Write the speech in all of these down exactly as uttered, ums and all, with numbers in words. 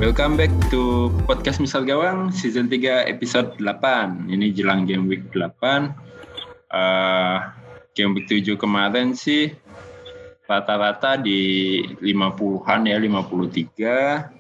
Welcome back to Podcast Misal Gawang Season tiga Episode delapan. Ini jelang Game Week delapan. uh, Game Week tujuh kemarin sih rata-rata di lima puluhan ya, lima puluh tiga.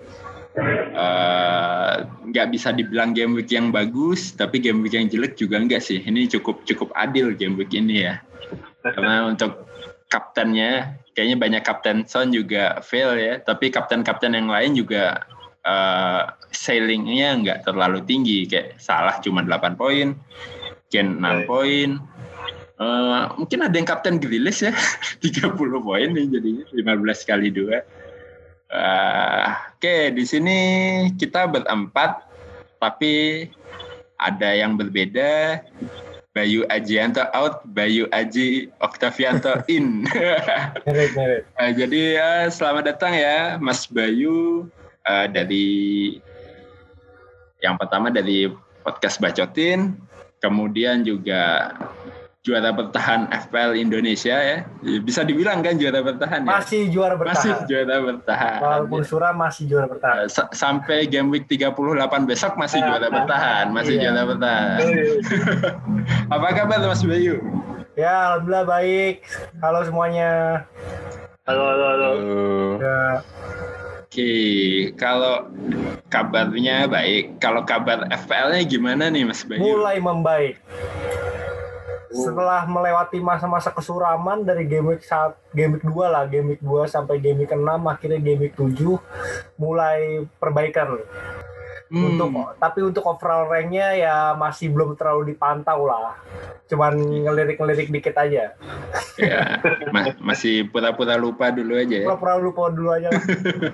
uh, Nggak bisa dibilang Game Week yang bagus, tapi Game Week yang jelek juga enggak sih. Ini cukup cukup adil Game Week ini ya. Karena untuk kaptennya kayaknya banyak kapten Son juga fail ya, tapi kapten-kapten yang lain juga uh, sailingnya nggak terlalu tinggi, kayak Salah cuma delapan poin, Ken enam poin, uh, mungkin ada yang kapten Grealish ya tiga puluh poin nih, jadi lima belas kali dua. Uh, Oke, okay, di sini kita berempat, tapi ada yang berbeda. Bayu Ajianto out, Bayu Aji Oktavianto in. Merit, merit. uh, jadi uh, selamat datang ya Mas Bayu, uh, dari yang pertama dari podcast Bacotin, kemudian juga juara bertahan F P L Indonesia ya. Bisa dibilang kan juara bertahan ya? Masih juara bertahan. Masih juara bertahan. Walaupun suram masih juara bertahan. Uh, s- sampai game week tiga puluh delapan besok masih juara bertahan, masih Iya. juara bertahan. Apa kabar Mas Bayu? Ya, alhamdulillah baik. Halo semuanya. Halo, halo, halo. Ya, Oke, kalau kabarnya baik. Kalau kabar F P L-nya gimana nih Mas Bayu? mulai membaik. Setelah melewati masa-masa kesuraman dari game week satu, game week dua lah, game week dua sampai game week enam, akhirnya game week tujuh mulai perbaikan. Hmm. Untuk tapi untuk overall rank-nya ya masih belum terlalu dipantau lah. Cuman ngelirik-ngelirik dikit aja. Ya, ma- masih pura-pura lupa dulu aja ya. Pura-pura lupa dulu aja lah.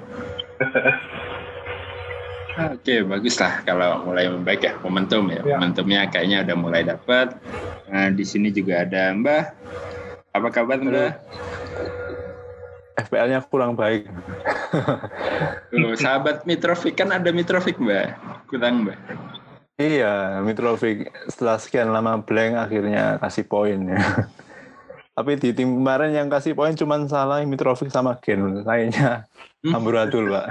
Oke, bagus lah kalau mulai membaik ya, momentum ya. Ya. Momentumnya kayaknya udah mulai dapat. Nah, di sini juga ada Mbah. Apa kabar Mbah? F P L-nya kurang baik. Tuh, sahabat Mitrovic kan ada Mitrovic Mbah. Kurang Mbah. Iya, Mitrovic setelah sekian lama blank akhirnya kasih poin ya. Tapi di tim kemarin yang kasih poin cuma Salah, Mitrovic sama Gen. Lainnya Hmm? amburadul, Pak.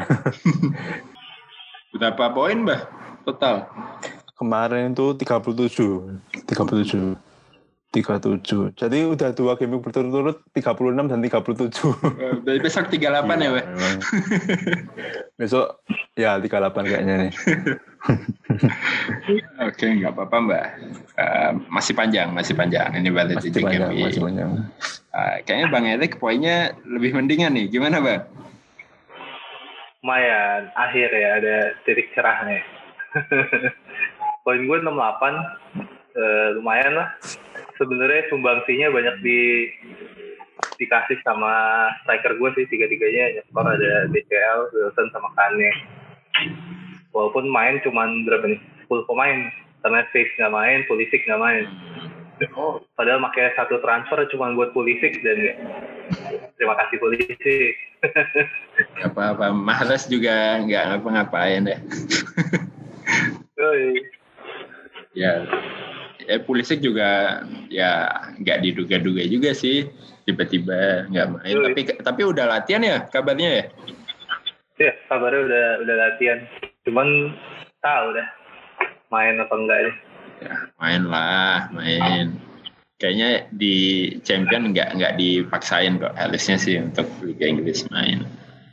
Berapa poin Mbah total? Kemarin itu tiga puluh tujuh. tiga puluh tujuh. tiga puluh tujuh. Jadi udah dua game berturut-turut tiga puluh enam dan tiga puluh tujuh. Eh, Dari besok tiga puluh delapan ya, Mbah? memang. Besok ya tiga puluh delapan kayaknya nih. Oke, nggak apa-apa Mbak. Uh, masih panjang, masih panjang. Ini baru Masih tujuh panjang, game. masih panjang. Uh, kayaknya Bang Erik poinnya lebih mendingan nih. Gimana Bang? Lumayan, akhir ya, ada titik cerah nih. Poin gue enam puluh delapan, eh, lumayan lah. Sebenarnya sumbangsinya banyak di dikasih sama striker gue sih, tiga-tiganya nyekor, ada D C L, Wilson, sama Kane. Walaupun main cuman berapa nih, sepuluh pemain, karena Faith nggak main, Pulisic nggak main. Padahal makanya satu transfer cuma buat Pulisic dan terima kasih Pulisic. Gak apa-apa. Mahrez juga nggak ngapa-ngapain ya. Yoi. Ya, eh, Pulisic juga ya nggak diduga-duga juga sih. Tiba-tiba nggak main. Yoi. Tapi tapi udah latihan ya kabarnya ya? Ya, kabarnya udah udah latihan. Cuman tahu dah main apa enggak nih. Ya, main lah, main. Kayaknya di Champion nggak nggak dipaksain kok, harusnya sih untuk Liga Inggris main.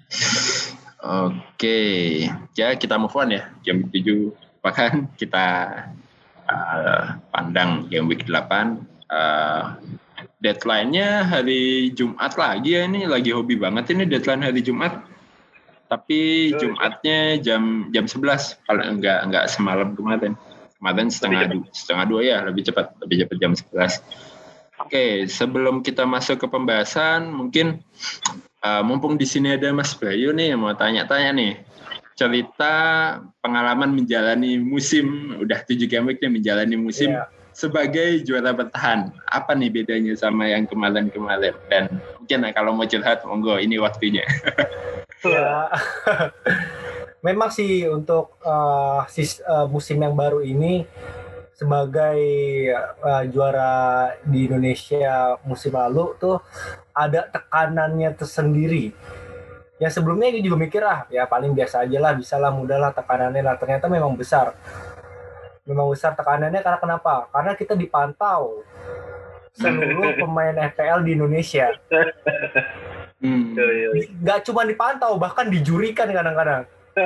Oke, ya kita move on ya. Game tujuh, bahkan kita uh, pandang game week delapan. Uh, deadline-nya hari Jumat lagi ya, ini lagi hobi banget ini deadline hari Jumat. Tapi Jumatnya jam jam sebelas, kalau enggak enggak semalam kemarin. Kemarin setengah dua, setengah dua ya, lebih cepat, lebih cepat jam sebelas. Oke, sebelum kita masuk ke pembahasan, mungkin uh, mumpung di sini ada Mas Bayu nih, mau tanya-tanya nih. Cerita pengalaman menjalani musim, udah tujuh game week nih menjalani musim Iya. sebagai juara bertahan. Apa nih bedanya sama yang kemarin-kemarin? Dan mungkin kalau mau curhat, monggo, ini waktunya. Ya. Memang sih untuk uh, sis, uh, musim yang baru ini sebagai uh, juara di Indonesia musim lalu tuh ada tekanannya tersendiri. Yang sebelumnya gue juga mikir ah ya paling biasa aja lah, bisa lah, mudah lah tekanannya lah. Ternyata memang besar. Memang besar tekanannya karena kenapa? Karena kita dipantau seluruh pemain F P L di Indonesia. Hmm. Gak cuma dipantau, bahkan dijurikan kadang-kadang.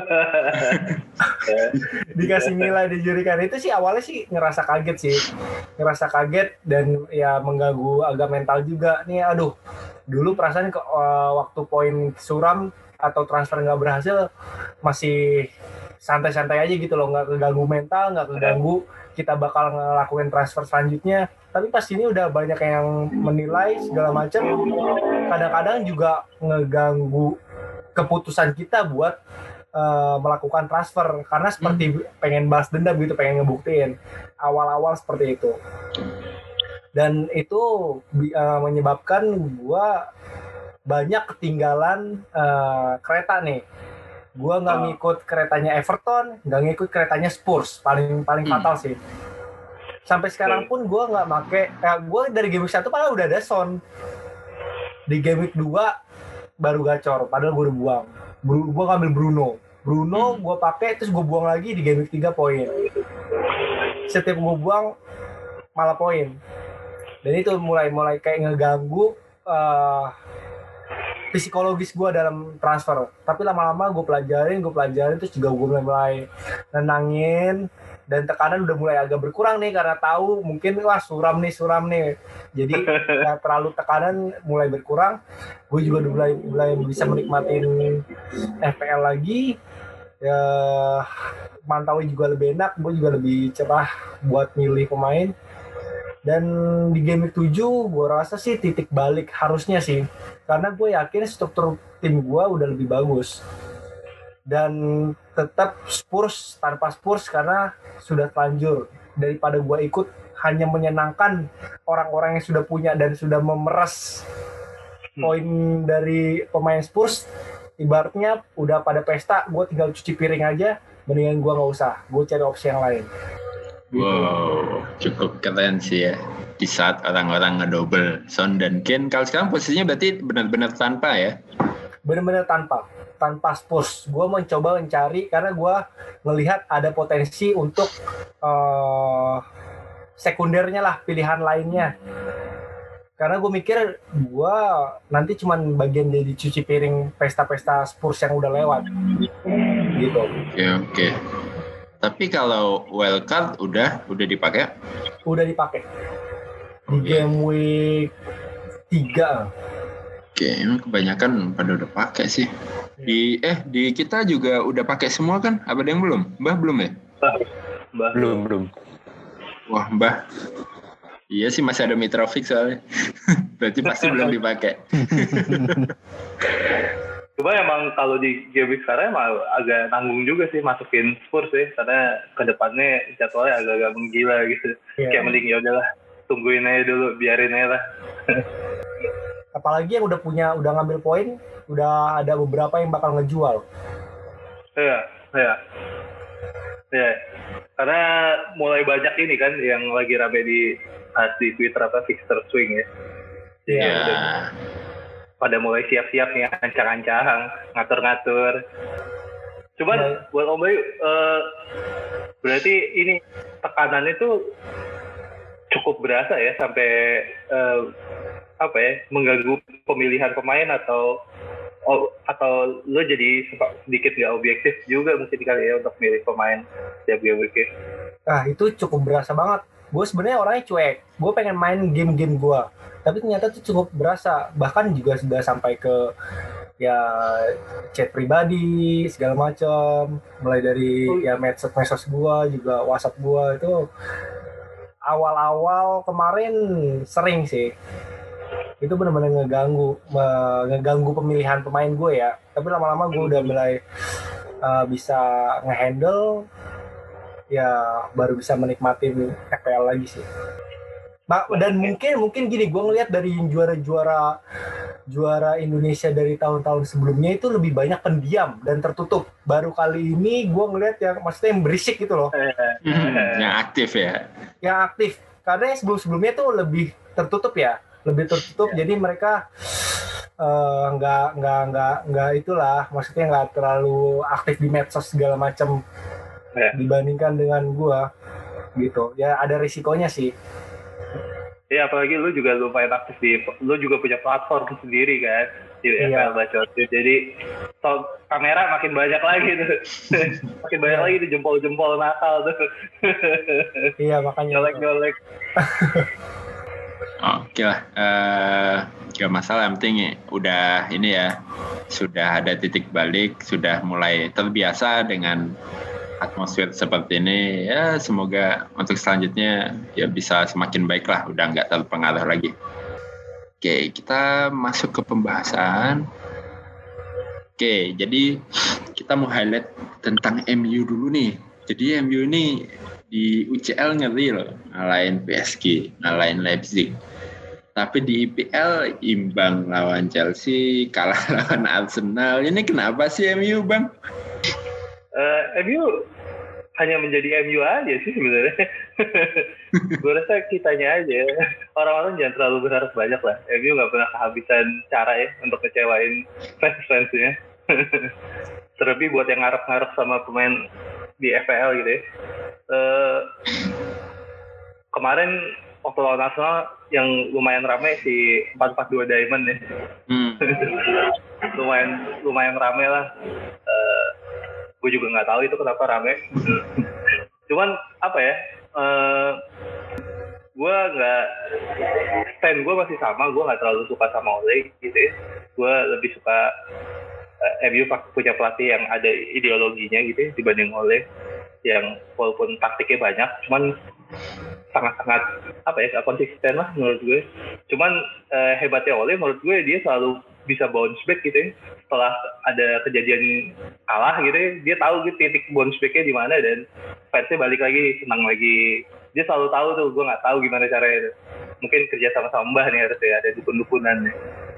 Dikasih nilai, dijurikan. Itu sih awalnya sih ngerasa kaget sih. Ngerasa kaget dan ya mengganggu agak mental juga. Nih aduh, dulu perasaan ke, uh, waktu poin suram atau transfer nggak berhasil masih santai-santai aja gitu loh, nggak keganggu mental, nggak keganggu kita bakal ngelakuin transfer selanjutnya. Tapi pas ini udah banyak yang menilai segala macam, kadang-kadang juga ngeganggu keputusan kita buat uh, melakukan transfer karena seperti hmm. pengen balas dendam gitu, pengen ngebuktiin awal-awal seperti itu. Dan itu uh, menyebabkan gua banyak ketinggalan uh, kereta nih. Gua nggak ngikut keretanya Everton, nggak ngikut keretanya Spurs, paling paling hmm. fatal sih. Sampai sekarang pun gue nggak make, eh, gue dari game week satu padahal udah ada Son. Di game week dua baru gacor, padahal gue udah buang. Gue ngambil Bruno. Bruno gue pakai, terus gue buang lagi di game week tiga poin. Setiap gue buang, malah poin. Dan itu mulai-mulai kayak ngeganggu uh, psikologis gue dalam transfer. Tapi lama-lama gue pelajarin, gue pelajarin, terus juga gue mulai nenangin. Dan tekanan udah mulai agak berkurang nih karena tahu mungkin wah suram nih suram nih, jadi nggak terlalu tekanan mulai berkurang. Gue juga udah mulai mulai bisa menikmatin F P L lagi ya, mantaunya juga lebih enak, gue juga lebih cerah buat milih pemain. Dan di game tujuh gue rasa sih titik balik harusnya sih, karena gue yakin struktur tim gue udah lebih bagus. Dan tetap Spurs tanpa Spurs karena sudah terlanjur, daripada gue ikut hanya menyenangkan orang-orang yang sudah punya dan sudah memeras hmm. poin dari pemain Spurs. Ibaratnya udah pada pesta, gue tinggal cuci piring aja, mendingan gue nggak usah, gue cari opsi yang lain. Wow, cukup keren sih ya. Di saat orang-orang ngedouble Son dan Kane, kalau sekarang posisinya berarti benar-benar tanpa ya? Benar-benar tanpa. Tanpa Spurs, gue mencoba mencari karena gue melihat ada potensi untuk uh, sekundernya lah, pilihan lainnya. Karena gue mikir gue nanti cuman bagian jadi cuci piring pesta-pesta Spurs yang udah lewat, gitu. Oke oke. Tapi kalau wildcard udah udah dipakai? Udah dipakai di okay. game week tiga. Oke, emang kebanyakan pada udah pakai sih. Di eh di kita juga udah pakai semua kan? Apa ada yang belum? Mbah belum ya? Mbah belum belum. Wah Mbah. Iya sih masih ada Mitrovic soalnya. Berarti pasti belum dipakai. Cuma emang kalau di game week sekarang emang agak tanggung juga sih masukin Spurs sih, karena kedepannya jadwalnya agak-agak menggila gitu. Yeah. Kayak mending ya udahlah, tungguin aja dulu, biarin aja lah. Apalagi yang udah punya, udah ngambil poin, udah ada beberapa yang bakal ngejual. Iya, iya. Iya. Karena mulai banyak ini kan yang lagi rame di di Twitter apa fixture swing ya. Iya. Yeah. Pada mulai siap-siap nih ancang-ancang, ngatur-ngatur. Cuman yeah. buat Om Bayu, uh, berarti ini tekanannya tuh cukup berasa ya sampai uh, apa ya, mengganggu pemilihan pemain atau oh, atau lo jadi sedikit nggak objektif juga mungkin kali ya untuk milih pemain setiap game week. Nah itu cukup berasa banget. Gue sebenarnya orangnya cuek, gue pengen main game-game gue, tapi ternyata itu cukup berasa. Bahkan juga sudah sampai ke ya chat pribadi segala macam, mulai dari oh. ya medsos-medsos gue juga, WhatsApp gue itu awal-awal kemarin sering sih. Itu benar-benar ngeganggu ngeganggu pemilihan pemain gue ya. Tapi lama-lama gue udah mulai uh, bisa ngehandle, ya baru bisa menikmati F P L lagi sih. Nah, dan mungkin mungkin gini, gue ngelihat dari juara-juara juara Indonesia dari tahun-tahun sebelumnya itu lebih banyak pendiam dan tertutup. Baru kali ini gue ngelihat yang maksudnya yang berisik gitu loh. Hmm, yang aktif ya. Yang aktif. Karena sebelum-sebelumnya tuh lebih tertutup ya. Lebih tertutup, yeah. Jadi mereka uh, nggak nggak nggak nggak itulah, maksudnya nggak terlalu aktif di medsos segala macam yeah. dibandingkan dengan gue gitu. Ya ada risikonya sih. Iya, apalagi lu juga lumayan aktif di, lu juga punya platform sendiri kan, di iya. F L Bacot. Jadi so, kamera makin banyak lagi tuh, makin banyak lagi tuh jempol-jempol nakal tuh. Iya makanya. Golek-golek. Oke lah, uh, gak masalah. Yang penting udah ini ya, sudah ada titik balik, sudah mulai terbiasa dengan atmosfer seperti ini. Ya semoga untuk selanjutnya ya bisa semakin baik lah, udah nggak terpengaruh lagi. Oke, kita masuk ke pembahasan. Oke, jadi kita mau highlight tentang M U dulu nih. Jadi M U ini di U C L ngeri loh, ngalahin P S G, ngalahin Leipzig. Tapi di I P L imbang lawan Chelsea, kalah lawan Arsenal. Ini kenapa sih M U, Bang? Uh, M U hanya menjadi M U aja sih sebenarnya. Gue rasa kitanya aja. Orang-orang jangan terlalu berharap banyak lah. M U nggak pernah kehabisan cara ya untuk kecewain fans-fansnya. Terlebih buat yang ngarep-ngarep sama pemain di F P L gitu ya. Uh, kemarin waktu lawan Arsenal yang lumayan ramai si empat empat dua Diamond ya. Hmm. lumayan lumayan ramai lah. Uh, gue juga nggak tahu itu kenapa rame. Cuman apa ya, uh, gue nggak, stand gue masih sama, gue nggak terlalu suka sama Ole gitu ya. Gue lebih suka uh, M U punya pelatih yang ada ideologinya gitu ya, dibanding Ole yang walaupun taktiknya banyak, cuman sangat-sangat apa ya, gak konsisten lah menurut gue. Cuman uh, hebatnya Ole menurut gue, dia selalu bisa bounce back gitu ya. Setelah ada kejadian kalah gitu ya, dia tahu gitu titik bounce backnya di mana, dan fansnya balik lagi, senang lagi. Dia selalu tahu tuh, gue nggak tahu gimana caranya. Mungkin kerja sama-sama Mbah nih harus ya, ada dukun-dukunan nih.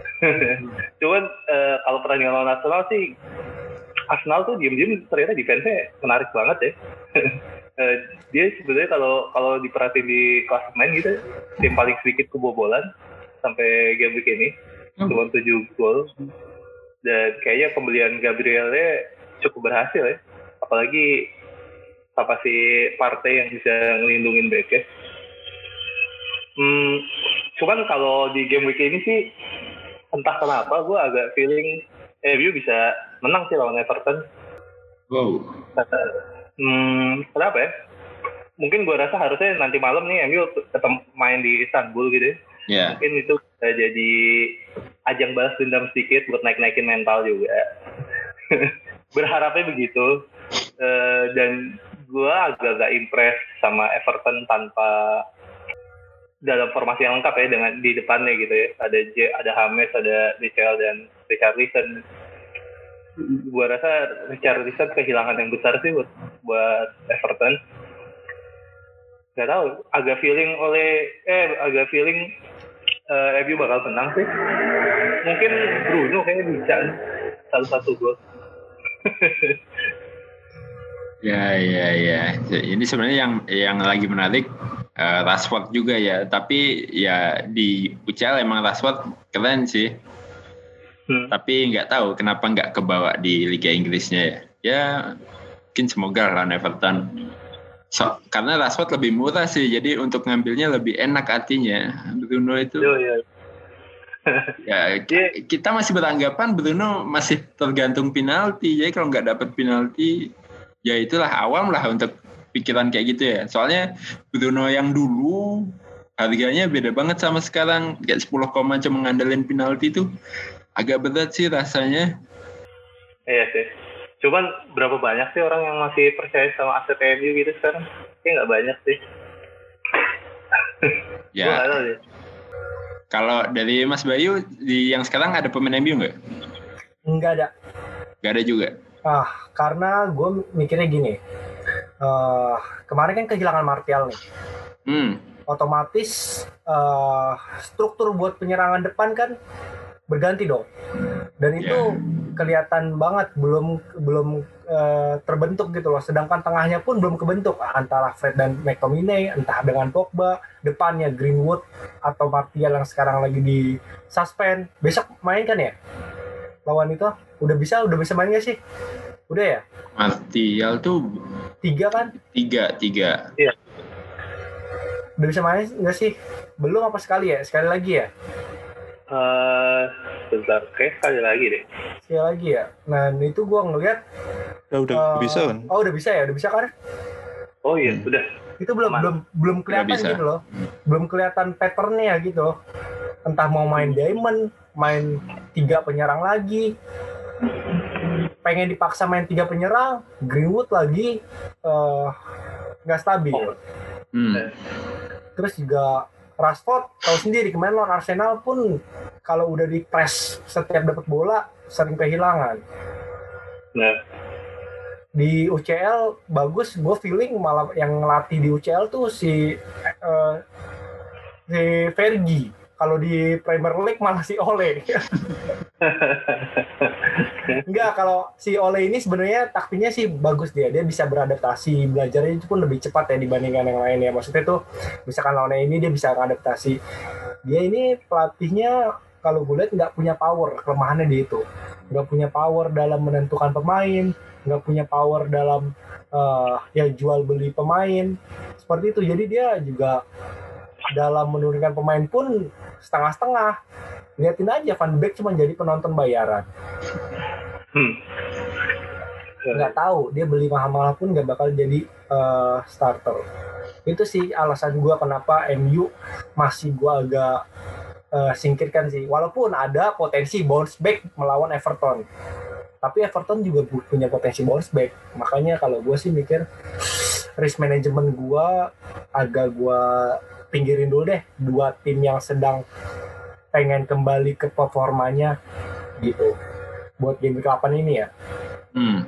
Cuman uh, kalau pertandingan lawan Arsenal sih, Arsenal tuh diem-diem ternyata defense-nya menarik banget ya. uh, dia sebenarnya kalau kalau diperhatiin di klasemen gitu, tim paling sedikit kebobolan sampai game week ini. Cuma tujuh gol, dan kayaknya pembelian Gabrielnya cukup berhasil ya, apalagi apa sih partai yang bisa ngelindungin backnya. Hmm, cuman kalau di game week ini sih entah kenapa gue agak feeling M U bisa menang sih lawan Everton. Wow. Hmm, kenapa ya? Mungkin gue rasa harusnya nanti malam nih M U tetap main di Istanbul gitu ya. Yeah. Mungkin itu bisa jadi ajang balas dendam sedikit buat naik-naikin mental juga. Berharapnya begitu. Uh, dan gue agak-agak impress sama Everton tanpa dalam formasi yang lengkap ya, dengan di depannya gitu ya. Ada J, ada James, ada Michel dan Richarlison. Gue rasa Richarlison kehilangan yang besar sih buat, buat Everton. Gak tahu, agak feeling oleh eh agak feeling Uh, M U bakal menang sih. Mungkin Bruno kayaknya bisa satu-satu gol. ya ya ya. Ini sebenarnya yang yang lagi menarik uh, Rashford juga ya. Tapi ya di U C L emang Rashford keren sih. Hmm. Tapi nggak tahu kenapa nggak kebawa di Liga Inggrisnya ya. Ya mungkin semoga lawan Everton. So, karena Rashford lebih murah sih, jadi untuk ngambilnya lebih enak artinya. Bruno itu, yo, yo. ya kita masih beranggapan Bruno masih tergantung penalti. Jadi kalau nggak dapat penalti, ya itulah awam lah untuk pikiran kayak gitu ya. Soalnya Bruno yang dulu harganya beda banget sama sekarang. Kayak sepuluh koma cuma ngandelin penalti itu agak berat sih rasanya. Iya sih. Cuman berapa banyak sih orang yang masih percaya sama aset M U gitu sekarang? Kayaknya nggak banyak sih. Ya. Gue nggak tahu deh. Kalau dari Mas Bayu, di yang sekarang ada pemain M U nggak? Nggak ada. Nggak ada juga? Ah, karena gue mikirnya gini. Uh, kemarin kan kehilangan Martial nih. Hmm. Otomatis uh, struktur buat penyerangan depan kan berganti dong. Dan itu yeah. kelihatan banget belum belum uh, terbentuk gitu loh. Sedangkan tengahnya pun belum kebentuk antara Fred dan McTominay, entah dengan Pogba, depannya Greenwood atau Martial yang sekarang lagi di suspend. Besok main kan ya? Lawan itu udah bisa udah bisa main gak sih? Udah ya? Martial tuh tiga kan? Tiga, tiga. Iya. Udah bisa main nggak sih? Belum apa sekali ya? Sekali lagi ya? Uh, bentar, kayak sekali lagi deh. Sekali lagi ya? Nah itu gue ngeliat ya udah uh, bisa kan? Oh udah bisa ya? Udah bisa kan? Oh iya, hmm. udah. Itu belum Aman. belum belum kelihatan gitu loh. Belum kelihatan patternnya gitu. Entah mau main diamond, main tiga penyerang lagi, pengen dipaksa main tiga penyerang, Greenwood lagi nggak uh, stabil. Oh. Hmm. Terus juga Rashford tahu sendiri kemarin lawan Arsenal pun kalau udah di press setiap dapat bola sering kehilangan. Nah. Di U C L bagus, gue feeling malah yang ngelatih di U C L tuh si uh, si Fergie. Kalau di Premier League malah si Ole. Enggak, kalau si Ole ini sebenarnya taktiknya sih bagus dia. Dia bisa beradaptasi, belajarnya itu pun lebih cepat ya dibandingkan yang lain ya. Maksudnya tuh misalkan lawannya ini dia bisa beradaptasi. Dia ini pelatihnya kalau gue lihat nggak punya power, kelemahannya di itu. Nggak punya power dalam menentukan pemain, nggak punya power dalam uh, ya jual beli pemain. Seperti itu. Jadi dia juga dalam menurunkan pemain pun setengah-setengah. Lihatin aja Van de Beek cuma jadi penonton bayaran. Hmm. Nggak tahu dia beli mahal-mahal pun nggak bakal jadi uh, starter. Itu sih alasan gue kenapa M U masih gue agak uh, singkirkan sih. Walaupun ada potensi bounce back melawan Everton. Tapi Everton juga punya potensi bounce back. Makanya kalau gue sih mikir risk management gue agak gue pinggirin dulu deh dua tim yang sedang pengen kembali ke performanya gitu buat game delapan ini ya. Hmm.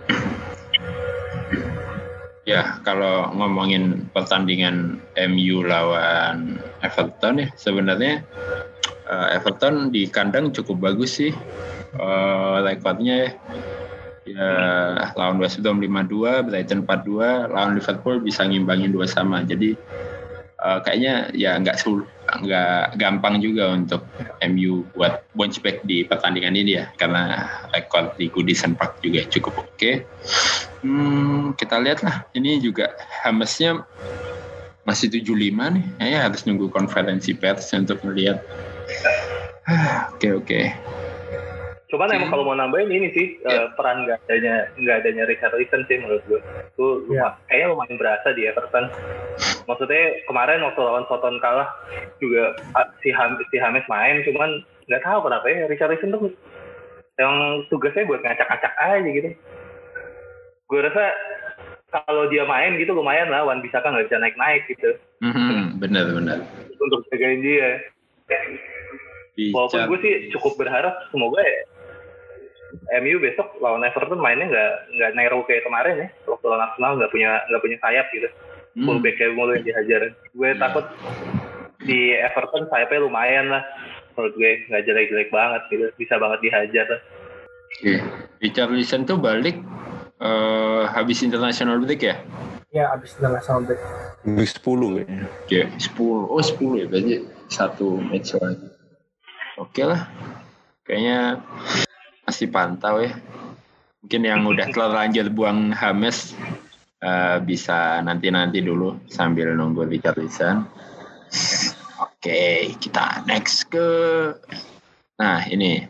Ya kalau ngomongin pertandingan M U lawan Everton ya sebenarnya uh, Everton di kandang cukup bagus sih uh, rekornya ya. Ya lawan West Brom lima dua, Brighton empat dua, lawan Liverpool bisa ngimbangin dua sama. Jadi Uh, kayaknya ya nggak sul, nggak gampang juga untuk M U buat bounce back di pertandingan ini ya, karena rekor di Goodison Park juga cukup oke. Okay. Hmm, kita lihat lah, ini juga Hamesnya masih tujuh lima nih, kayaknya harus nunggu konferensi pers untuk melihat. Oke oke. Okay. Cuman okay. Emang kalau mau nambahin ini sih yeah. uh, peran nggak adanya nggak adanya Richarlison sih menurut gue. Itu yeah. kayaknya lumayan berasa di Everton. Maksudnya kemarin waktu lawan Soton kalah juga si Ham, si James main, cuman nggak tahu kenapa ya Richarlison tuh yang tugasnya buat ngacak-ngacak aja gitu. Gue rasa kalau dia main gitu lumayan lah, Wan Bissaka nggak bisa naik-naik gitu. Mm-hmm, benar-benar. Untuk jagain dia. Bisa. Walaupun gue sih cukup berharap semoga ya M U besok lawan Everton mainnya nggak nggak narrow kayak kemarin ya. Waktu lawan Arsenal nggak punya nggak punya sayap gitu. Hmm. Full back kayak mulu yang dihajar. Gue yeah. takut di Everton sayapnya lumayan lah. Menurut gue nggak jelek-jelek banget gitu. Bisa banget dihajar lah. Oke. Okay. Richarlison tuh balik uh, habis international break ya? Ya habis international break. Habis sepuluh kayaknya. Oke, okay. sepuluh. Oh sepuluh ya. Berarti satu match lagi. Oke okay lah. Kayaknya masih pantau ya. Mungkin yang udah terlanjur buang James uh, bisa nanti-nanti dulu sambil nunggu Richarlison. Oke, okay, kita next ke nah ini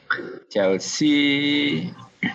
Chelsea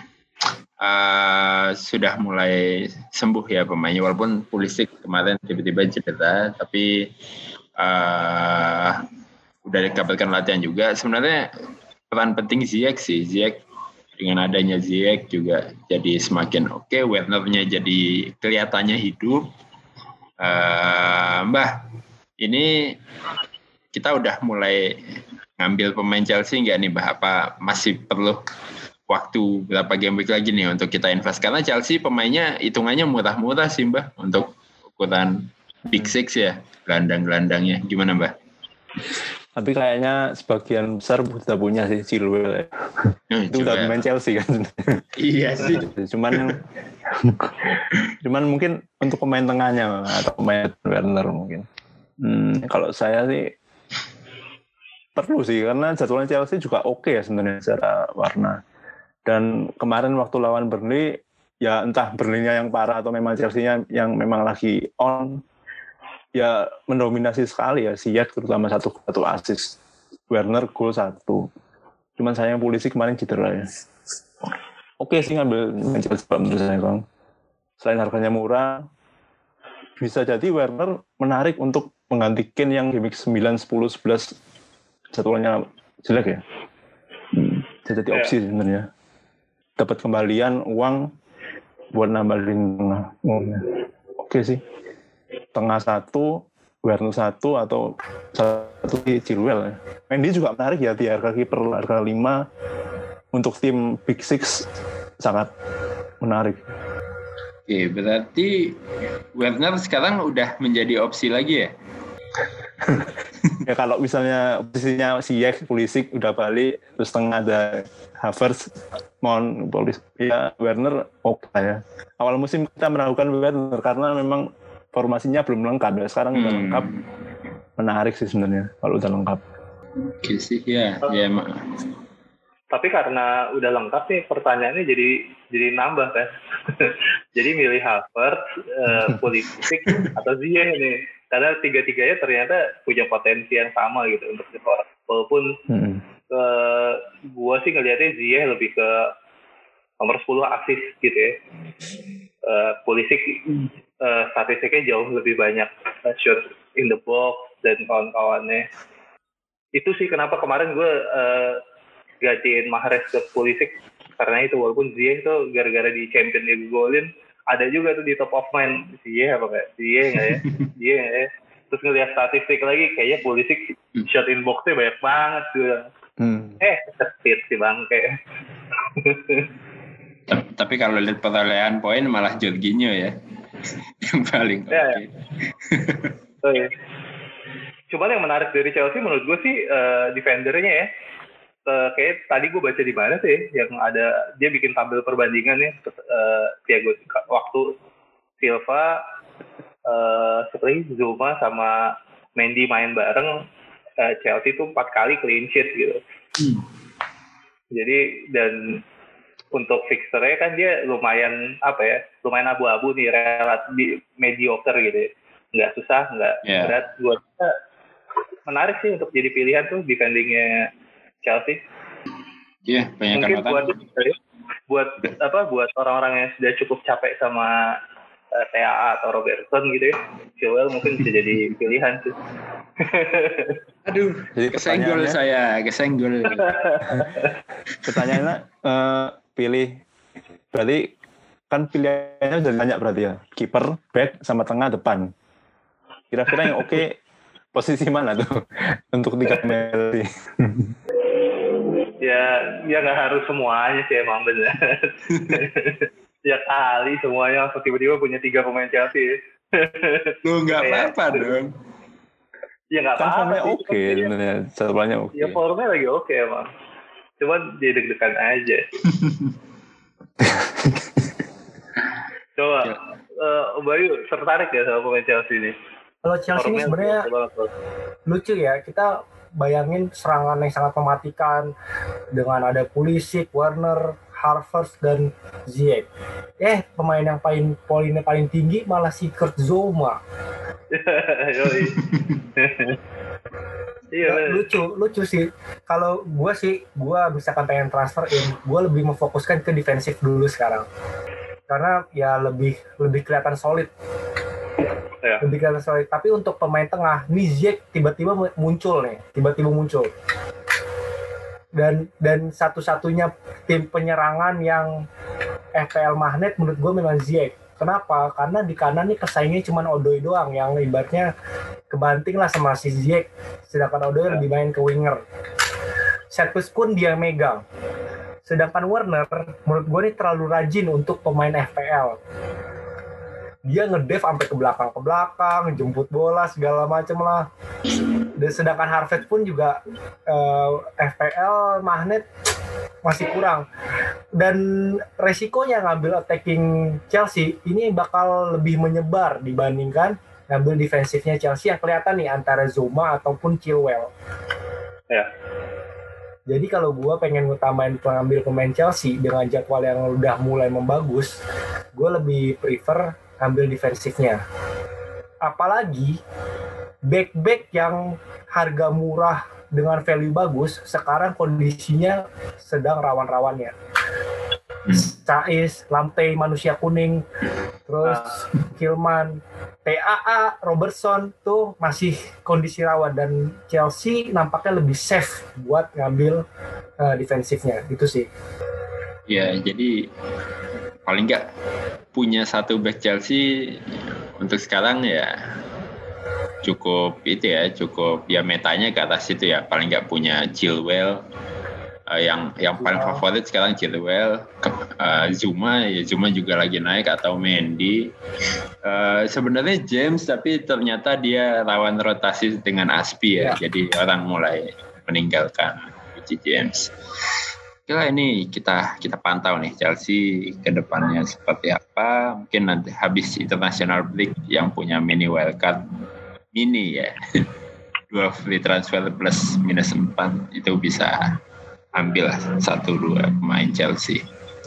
uh, sudah mulai sembuh ya pemainnya, walaupun Pulisic kemarin tiba-tiba cedera, tapi uh, udah dikabarkan latihan juga. Sebenarnya peran penting Ziyech sih. Ziyech dengan adanya Ziyech juga jadi semakin oke. Okay. Werner-nya jadi kelihatannya hidup. Uh, Mbah, ini kita udah mulai ngambil pemain Chelsea nggak nih, Mbah? Apa masih perlu waktu berapa game week lagi nih untuk kita invest? Karena Chelsea pemainnya hitungannya murah-murah sih, Mbah, untuk ukuran Big Six ya, gelandang-gelandangnya. Gimana, Mbah? Tapi kayaknya sebagian besar sudah punya sih Chilwell ya. Hmm, itu udah pemain Chelsea kan. Iya sih. Cuman cuman mungkin untuk pemain tengahnya atau pemain Werner mungkin. Hmm, kalau saya sih perlu sih karena jadwalnya Chelsea juga oke ya sebenarnya secara warna. Dan kemarin waktu lawan Burnley ya entah Burnley-nya yang parah atau memang Chelsea-nya yang memang lagi on, ya mendominasi sekali ya, Ziyech terutama satu satu assist, Werner gol satu. Cuman sayang Pulisic kemarin cedera ya. Oke sih ngambil Chelsea menurut saya Bang. Selain harganya murah, bisa jadi Werner menarik untuk menggantikan yang game sembilan, sepuluh, sebelas jadwalnya jelek ya. Hmm, bisa jadi opsi yeah. Sebenarnya. Dapat kembalian uang buat nambahin tengah. Oke sih. Tengah satu, Werner satu atau satu di Chilwell ya. Mendy juga menarik ya di harga kiper harga lima untuk tim Big Six sangat menarik. Oke, berarti Werner sekarang udah menjadi opsi lagi ya? Ya kalau misalnya posisinya Ziyech, Pulisic udah balik, terus tengah ada Havertz, Mount, Pulisic, ya Werner oke okay ya. Awal musim kita meragukan Werner karena memang formasinya belum lengkap ya. Sekarang udah hmm. lengkap, menarik sih sebenarnya kalau udah lengkap. Oke sih ya, ya emang. Tapi karena udah lengkap nih pertanyaannya jadi jadi nambah kan. Jadi milih Havertz, uh, Pulisic atau Ziyech nih. Karena tiga-tiganya ternyata punya potensi yang sama gitu untuk skor. Walaupun hmm. uh, gua sih ngelihatnya Ziyech lebih ke nomor sepuluh assist gitu ya. Uh, Pulisic uh, statistiknya jauh lebih banyak uh, shot in the box dan kawan-kawannya. Itu sih kenapa kemarin gue uh, gantiin Mahrez ke Pulisic karena itu, walaupun Ziyech itu gara-gara di Champions League golin ada juga tuh di top of mind Ziyech apa kayak Ziyech nggak ya Ziyech nggak ya terus ngelihat statistik lagi kayaknya Pulisic shot in boxnya banyak banget tuh hmm. eh kecepit sih bangke. Tapi kalau lihat perolehan poin malah Jorginho ya yang paling oke. Okay. Oh, iya. Cuman yang menarik dari Chelsea menurut gue sih uh, defendernya ya. Uh, kayak tadi gue baca di mana sih yang ada dia bikin tabel perbandingan ya uh, Thiago waktu Silva, uh, seperti Zuma sama Mendy main bareng uh, Chelsea tuh empat kali clean sheet gitu. Hmm. Jadi dan untuk fixture-nya kan dia lumayan apa ya lumayan abu-abu nih relatif mediocre gitu ya. Nggak susah nggak yeah. berat. Gue menarik sih untuk jadi pilihan tuh defendingnya Chelsea. Iya, yeah, banyak mungkin buat buat apa buat orang-orang yang sudah cukup capek sama uh, T A A atau Robertson gitu ya, Chilwell mungkin bisa jadi pilihan tuh. Aduh, jadi kesenggol saya, kesenggol. Pertanyaannya uh, pilih berarti kan pilihannya udah banyak berarti ya, kiper, back sama tengah depan. Kira-kira yang oke okay, posisi mana tuh untuk tiga Messi? Ya, ya nggak harus semuanya sih emang benar. Ya kali semuanya langsung tiba-tiba punya tiga pemain Chelsea. Lu nggak apa-apa dong. Ya nggak apa-apa. Formnya oke, okay, sebenarnya jadwalnya oke. Okay. Ya formnya lagi oke okay, emang. Cuman dia deg-degan aja. Coba, ya. uh, Bayu tertarik ya sama pemain Chelsea ini? Kalau Chelsea ini sebenarnya lucu ya, kita bayangin serangan yang sangat mematikan dengan ada Pulisic, Werner, Havertz dan Ziyech. Eh, pemain yang paling poinnya paling tinggi malah si Kurt Zouma. Iya, lucu, lucu sih. Kalau gue sih, gue misalkan pengen transfer in, gue lebih memfokuskan ke defensif dulu sekarang. Karena ya lebih lebih kelihatan solid. Ya. Lebih kelihatan solid. Tapi untuk pemain tengah, nih Ziyech tiba-tiba muncul nih, tiba-tiba muncul. Dan dan satu-satunya tim penyerangan yang F P L magnet menurut gue memang Ziyech. Kenapa? Karena di kanan nih kesaingnya cuma Odoi doang yang ibaratnya kebanting lah sama si Ziyech. Sedangkan Odoi ya. lebih main ke winger. Set piece pun dia megang. Sedangkan Werner menurut gue nih terlalu rajin untuk pemain F P L. dia ngedef sampai ke belakang ke belakang, jemput bola segala macem lah. Dan sedangkan Harvard pun juga uh, F P L magnet masih kurang. Dan resikonya ngambil attacking Chelsea ini bakal lebih menyebar dibandingkan ngambil defensifnya Chelsea yang kelihatan nih antara Zouma ataupun Chilwell. Ya. Jadi kalau gue pengen ngutamain pengambil pemain Chelsea dengan jadwal yang udah mulai membagus, gue lebih prefer ambil defensifnya. Apalagi back-back yang harga murah dengan value bagus, sekarang kondisinya sedang rawan-rawannya. Saiz, Lamptey, manusia kuning, terus Kilman, T A A, Robertson tuh masih kondisi rawan dan Chelsea nampaknya lebih safe buat ngambil uh, defensifnya, gitu sih. Ya, jadi paling nggak punya satu back Chelsea untuk sekarang ya cukup itu ya, cukup ya metanya ke atas itu ya, paling nggak punya Chilwell. Uh, yang yang paling favorit sekarang Chilwell, uh, Zouma ya Zouma juga lagi naik atau Mendy. Uh, sebenarnya James tapi ternyata dia lawan rotasi dengan Aspi ya, ya. Jadi orang mulai meninggalkan James. Kira ini kita kita pantau nih Chelsea ke depannya seperti apa. Mungkin nanti habis international break yang punya mini wildcard mini ya, dua free transfer plus minus empat itu bisa ambil satu dua pemain Chelsea.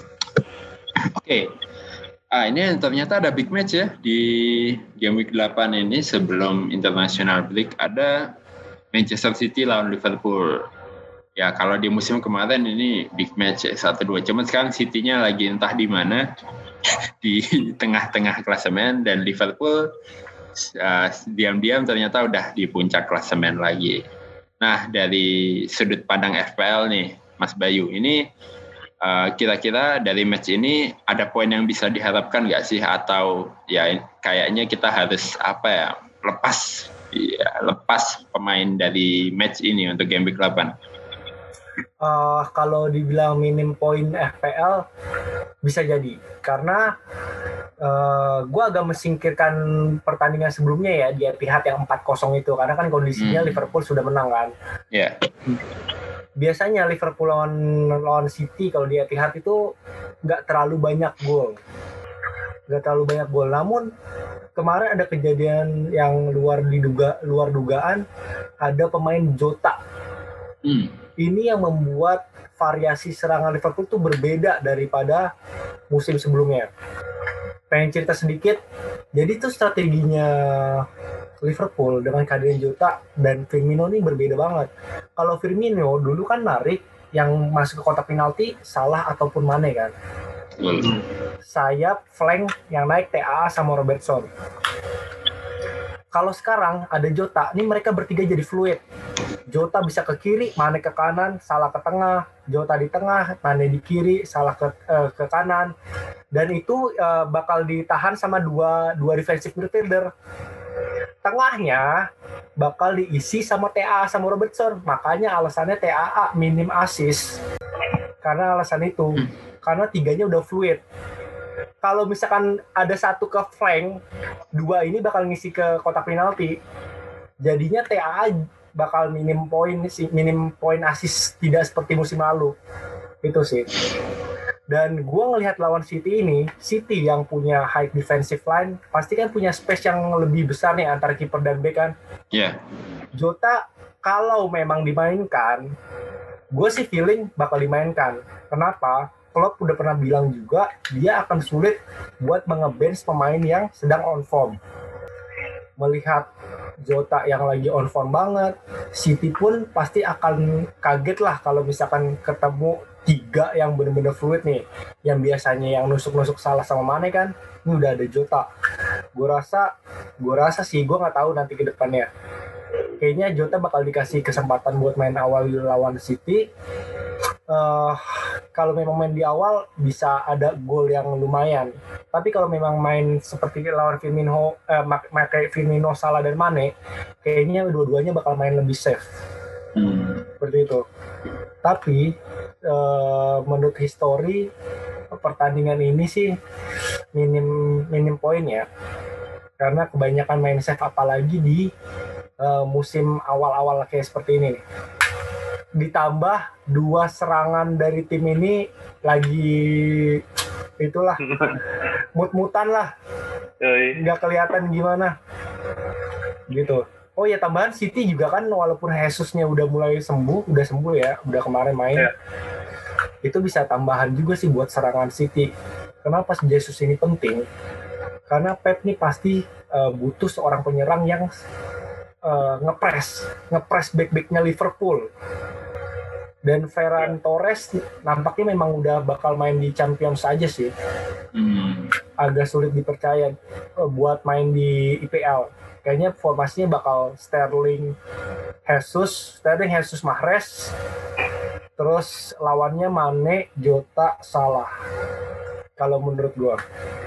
Oke, okay. ah ini ternyata ada big match ya di game week delapan ini sebelum international break, ada Manchester City lawan Liverpool. Ya kalau di musim kemarin ini big match ya, satu dua. Cuman sekarang City-nya lagi entah di mana di tengah-tengah klasemen dan Liverpool uh, diam-diam ternyata udah di puncak klasemen lagi. Nah, dari sudut pandang F P L nih, Mas Bayu, ini uh, kira-kira dari match ini ada poin yang bisa diharapkan nggak sih? Atau ya kayaknya kita harus apa ya, lepas ya, lepas pemain dari match ini untuk game week delapan? Uh, kalau dibilang minim poin F P L, bisa jadi. Karena Uh, gue agak mesingkirkan pertandingan sebelumnya ya di Etihad yang empat kosong itu, karena kan kondisinya hmm. Liverpool sudah menang kan. Yeah. Biasanya Liverpool lawan lawan City kalau di Etihad itu nggak terlalu banyak gol, nggak terlalu banyak gol. Namun kemarin ada kejadian yang luar diduga luar dugaan, ada pemain Jota. Hmm. Ini yang membuat variasi serangan Liverpool tuh berbeda daripada musim sebelumnya. Pengen cerita sedikit, jadi tuh strateginya Liverpool dengan kehadiran Jota dan Firmino ini berbeda banget. Kalau Firmino dulu kan narik yang masuk ke kotak penalti Salah ataupun Mane kan. Hmm. Sayap, flank yang naik T A A sama Robertson. Kalau sekarang ada Jota, ini mereka bertiga jadi fluid. Jota bisa ke kiri, Mane ke kanan, Salah ke tengah, Jota di tengah, Mane di kiri, Salah ke uh, ke kanan. Dan itu uh, bakal ditahan sama dua dua defensive midfielder. Tengahnya bakal diisi sama T A A sama Robertson. Makanya alasannya T A A minim assist. Karena alasan itu, karena tiganya udah fluid. Kalau misalkan ada satu ke flank, dua ini bakal ngisi ke kotak penalti. Jadinya T A A bakal minim poin sih, minim poin assist, tidak seperti musim lalu. Itu sih. Dan gue ngelihat lawan City ini, City yang punya high defensive line, pasti kan punya space yang lebih besar nih antara kiper dan bek kan. Iya. Yeah. Jota kalau memang dimainkan, gue sih feeling bakal dimainkan. Kenapa? Klopp udah pernah bilang juga dia akan sulit buat mengebench pemain yang sedang on form. Melihat Jota yang lagi on form banget, City pun pasti akan kaget lah kalau misalkan ketemu tiga yang benar-benar fluid nih. Yang biasanya yang nusuk-nusuk Salah sama Mane kan, ini udah ada Jota. Gue rasa, gue rasa sih, gue nggak tahu nanti ke depannya. Kayaknya Jota bakal dikasih kesempatan buat main awal lawan City. Uh, kalau memang main di awal bisa ada gol yang lumayan. Tapi kalau memang main seperti lawan Firmino, eh, pakai Firmino, Salah dan Mane, kayaknya dua-duanya bakal main lebih safe. Hmm. Seperti itu. Tapi uh, menurut histori pertandingan ini sih minim minim poin ya. Karena kebanyakan main save apalagi di uh, musim awal-awal kayak seperti ini nih. Ditambah dua serangan dari tim ini lagi itulah mut-mutan lah, nggak kelihatan gimana gitu. Oh ya, tambahan City juga kan, walaupun Jesusnya udah mulai sembuh, udah sembuh ya, udah kemarin main, yeah. Itu bisa tambahan juga sih buat serangan City. Kenapa Jesus ini penting? Karena Pep nih pasti uh, butuh seorang penyerang yang uh, ngepres, ngepres back-backnya Liverpool. Dan Ferran Torres nampaknya memang udah bakal main di Champions aja sih. Hmm. Agak sulit dipercaya uh, buat main di I P L. Kayaknya formasinya bakal Sterling, Jesus, Sterling, Jesus, Mahrez. Terus lawannya Mane, Jota, Salah. Kalau menurut gua.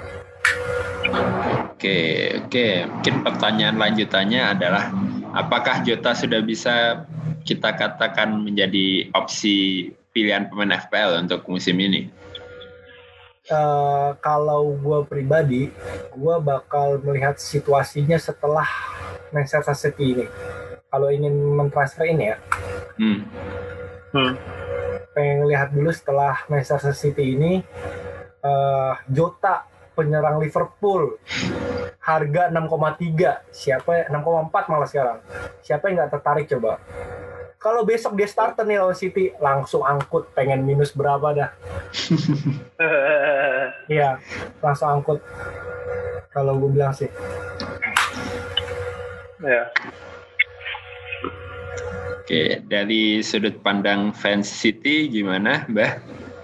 Oke, oke. Mungkin pertanyaan lanjutannya adalah, apakah Jota sudah bisa kita katakan menjadi opsi pilihan pemain F P L untuk musim ini? Uh, kalau gue pribadi, gue bakal melihat situasinya setelah Manchester City ini. Kalau ingin mentransfer ini ya, hmm. Hmm. pengen lihat dulu setelah Manchester City ini, uh, Jota penyerang Liverpool, harga enam koma tiga, siapa enam koma empat malah sekarang. Siapa yang nggak tertarik coba? Kalau besok dia starter nih lawan City, langsung angkut, pengen minus berapa dah. Iya, langsung angkut. Kalau gue bilang sih. Ya. Oke, dari sudut pandang fans City gimana, Mbah?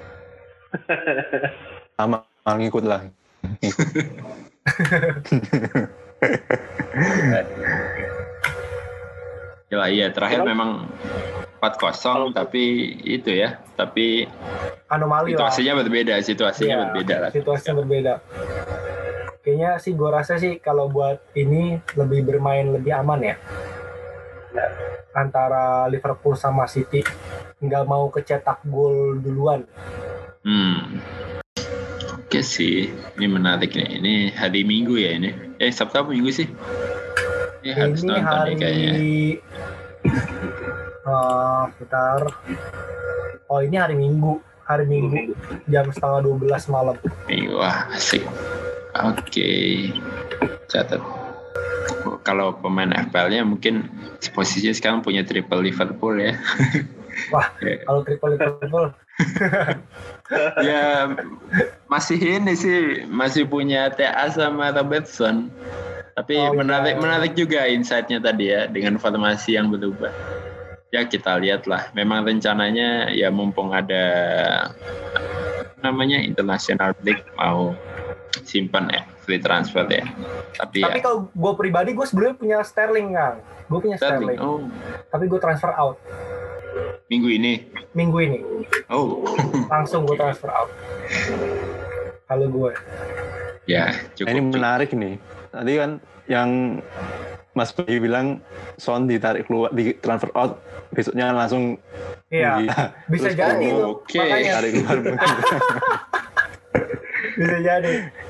Sama, ngikut lah. Ya, iya, terakhir memang empat kosong, tapi itu ya, tapi anomali situasinya lah. berbeda, situasinya ya, berbeda lah. Situasinya berbeda. Kayaknya sih gue rasa sih kalau buat ini lebih bermain lebih aman ya. Antara Liverpool sama City, nggak mau kecetak gol duluan. Hmm. Oke sih, ini menarik nih. Ini hari Minggu ya ini. Eh, Sabtu apa Minggu sih? Ya, harus ini hari nih, uh, sekitar oh ini hari Minggu hari Minggu jam setengah dua belas malam. Wah, asik. Oke, okay. Catat. Kalau pemain F P L-nya mungkin posisinya sekarang punya triple Liverpool ya. Wah, kalau triple Liverpool ya masih ini sih, masih punya T A sama Robertson. Tapi oh, menarik, iya. menarik juga insight-nya tadi ya, dengan formasi yang berubah. Ya kita lihatlah. Memang rencananya ya mumpung ada namanya international break, mau simpan ya free transfer ya. Tapi, Tapi ya, kalau gue pribadi, gue sebelumnya punya Sterling kan. Gue punya Sterling. Sterling. Oh. Tapi gue transfer out. Minggu ini? Minggu ini. Oh. Langsung gue transfer out. Kalau gue. Ya, cukup. Ini menarik nih. Tadi kan yang Mas Bayu bilang Son ditarik keluar, di transfer out, besoknya langsung. Iya. Bisa terus, jadi oh, tuh. Oke. Okay. Tarik keluar. Bisa jadi.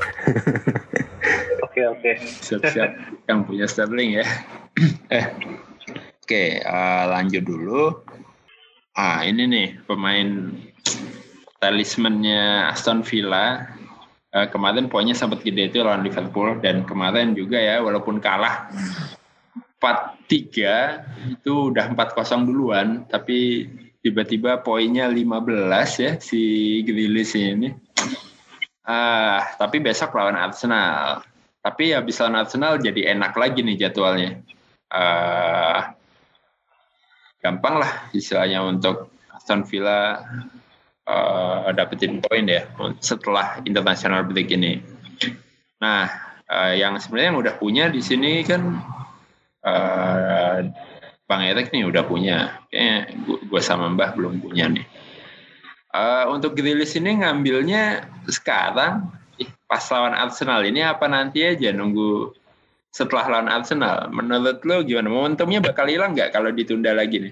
Oke oke. Siap-siap yang punya Sterling ya. eh. Oke, okay, uh, lanjut dulu. Ah, ini nih pemain talismannya Aston Villa. Uh, kemarin poinnya sempat gede itu lawan Liverpool, dan kemarin juga ya walaupun kalah empat tiga itu udah empat kosong duluan, tapi tiba-tiba poinnya lima belas ya si Grealish ini. Ah, uh, tapi besok lawan Arsenal. Tapi habis lawan Arsenal jadi enak lagi nih jadwalnya. Uh, gampang lah istilahnya untuk Aston Villa Uh, dapetin poin ya setelah international break ini. Nah, uh, yang sebenarnya yang udah punya di sini kan uh, Bang Erik nih udah punya. Kayaknya gue sama Mbah belum punya nih. Uh, untuk Grealish ini ngambilnya sekarang pas lawan Arsenal ini apa nanti aja nunggu setelah lawan Arsenal? Menurut lo gimana? Momentumnya bakal hilang nggak kalau ditunda lagi nih?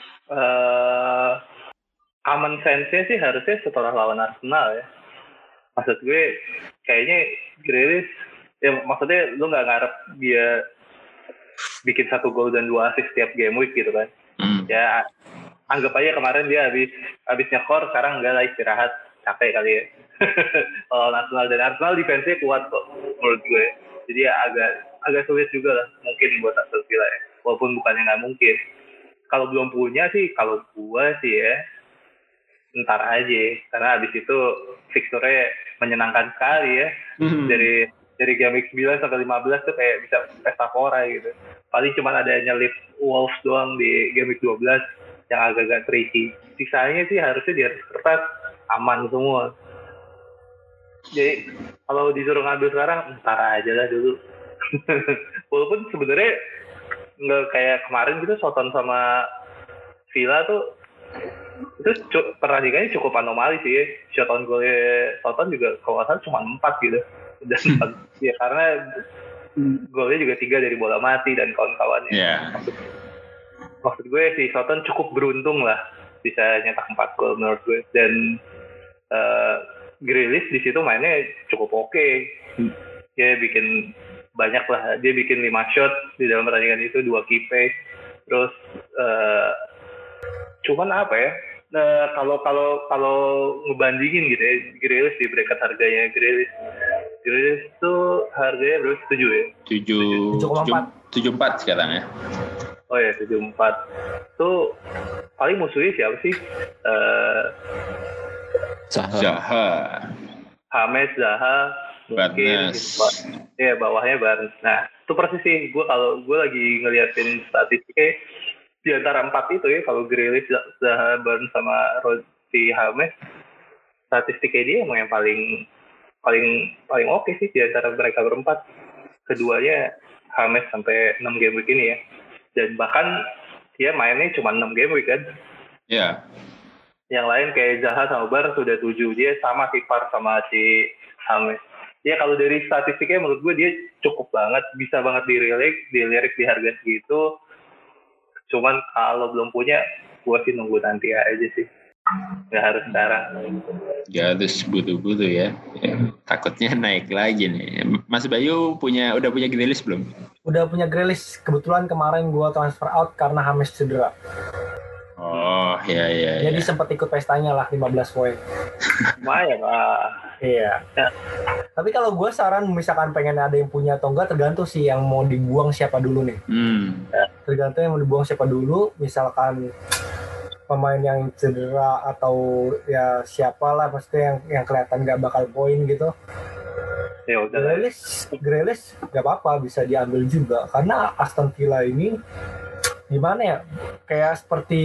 Uh... Common sense-nya sih harusnya setelah lawan Arsenal ya. Maksud gue kayaknya Grealish, ya maksudnya lu nggak ngarep dia bikin satu gol dan dua assist setiap game week gitu kan. Hmm. Ya anggap aja kemarin dia habis habis nyekor, sekarang enggak lah, istirahat, capek kali ya. Kalau Arsenal dan Arsenal defense-nya kuat kok menurut gue. Jadi ya agak agak sulit juga lah mungkin buat Aston Villa ya. Walaupun bukannya nggak mungkin. Kalau belum punya sih, kalau gue sih ya ntar aja, karena habis itu fixture-nya menyenangkan sekali ya. Hmm. Dari dari game week sembilan sampai lima belas tuh kayak bisa pesta pora gitu. Paling cuma ada nyelip Wolves doang di game week dua belas yang agak-agak tricky. Sisanya sih harusnya di atas kertas aman semua. Jadi kalau disuruh ngambil sekarang, ntar aja lah dulu. Walaupun sebenarnya nggak kayak kemarin gitu, Soton sama Villa tuh itu cu- pertandingannya cukup anomali sih ya. Shot on goalnya Soton juga kalau nggak salah cuma empat gitu. Dan ya karena golnya juga tiga dari bola mati dan kawan-kawannya. Yeah. Maksud, maksud gue si Soton cukup beruntung lah bisa nyetak empat gol menurut gue. Dan uh, Grealish di situ mainnya cukup oke. Okay. Dia bikin banyak lah. Dia bikin lima shot di dalam pertandingan itu, dua key pass. Terus uh, cuman apa ya? Nah, kalau kalau kalau ngebandingin gitu ya, Grealish di bracket harganya Grealish. Grealish tuh harganya berapa? tujuh ya? tujuh koma empat. tujuh koma empat sekarang ya. Oh ya, tujuh koma empat. Tuh paling musuhnya siapa sih? Uh, Zaha. Zaha. James, Zaha, mungkin ya bawahnya Barnes. Nah, itu persis sih. Gue kalau gue lagi ngeliatin statistiknya di antara empat itu ya, kalau Grealish, Zaha, Barnes sama Rossi, James, statistiknya dia emang yang paling paling paling oke okay sih di antara mereka berempat. Keduanya James sampai enam game week ini ya. Dan bahkan dia mainnya cuma enam game week kan. Iya. Yeah. Yang lain kayak Zaha sama Bar sudah tujuh, dia sama si Par sama si James. Ya kalau dari statistiknya menurut gue dia cukup banget, bisa banget dilirik, dilirik di harga segitu. Cuman kalau belum punya, gue sih nunggu nanti aja sih. Gak harus sekarang. Gak harus butuh-butuh ya. ya. Takutnya naik lagi nih. Mas Bayu punya udah punya Grealish belum? Udah punya Grealish. Kebetulan kemarin gue transfer out karena James cedera. Oh, iya, iya. Jadi ya. sempat ikut pestanya lah, lima belas poin. Lumayan lah. Iya. Ya. Tapi kalau gue saran, misalkan pengen ada yang punya atau enggak, tergantung sih yang mau dibuang siapa dulu nih. Hmm. Tergantung yang mau dibuang siapa dulu. Misalkan pemain yang cedera atau ya siapa lah, maksudnya yang yang kelihatan nggak bakal poin gitu. Ya udah. Grealish, Grealish nggak apa-apa, bisa diambil juga. Karena Aston Villa ini gimana ya, kayak seperti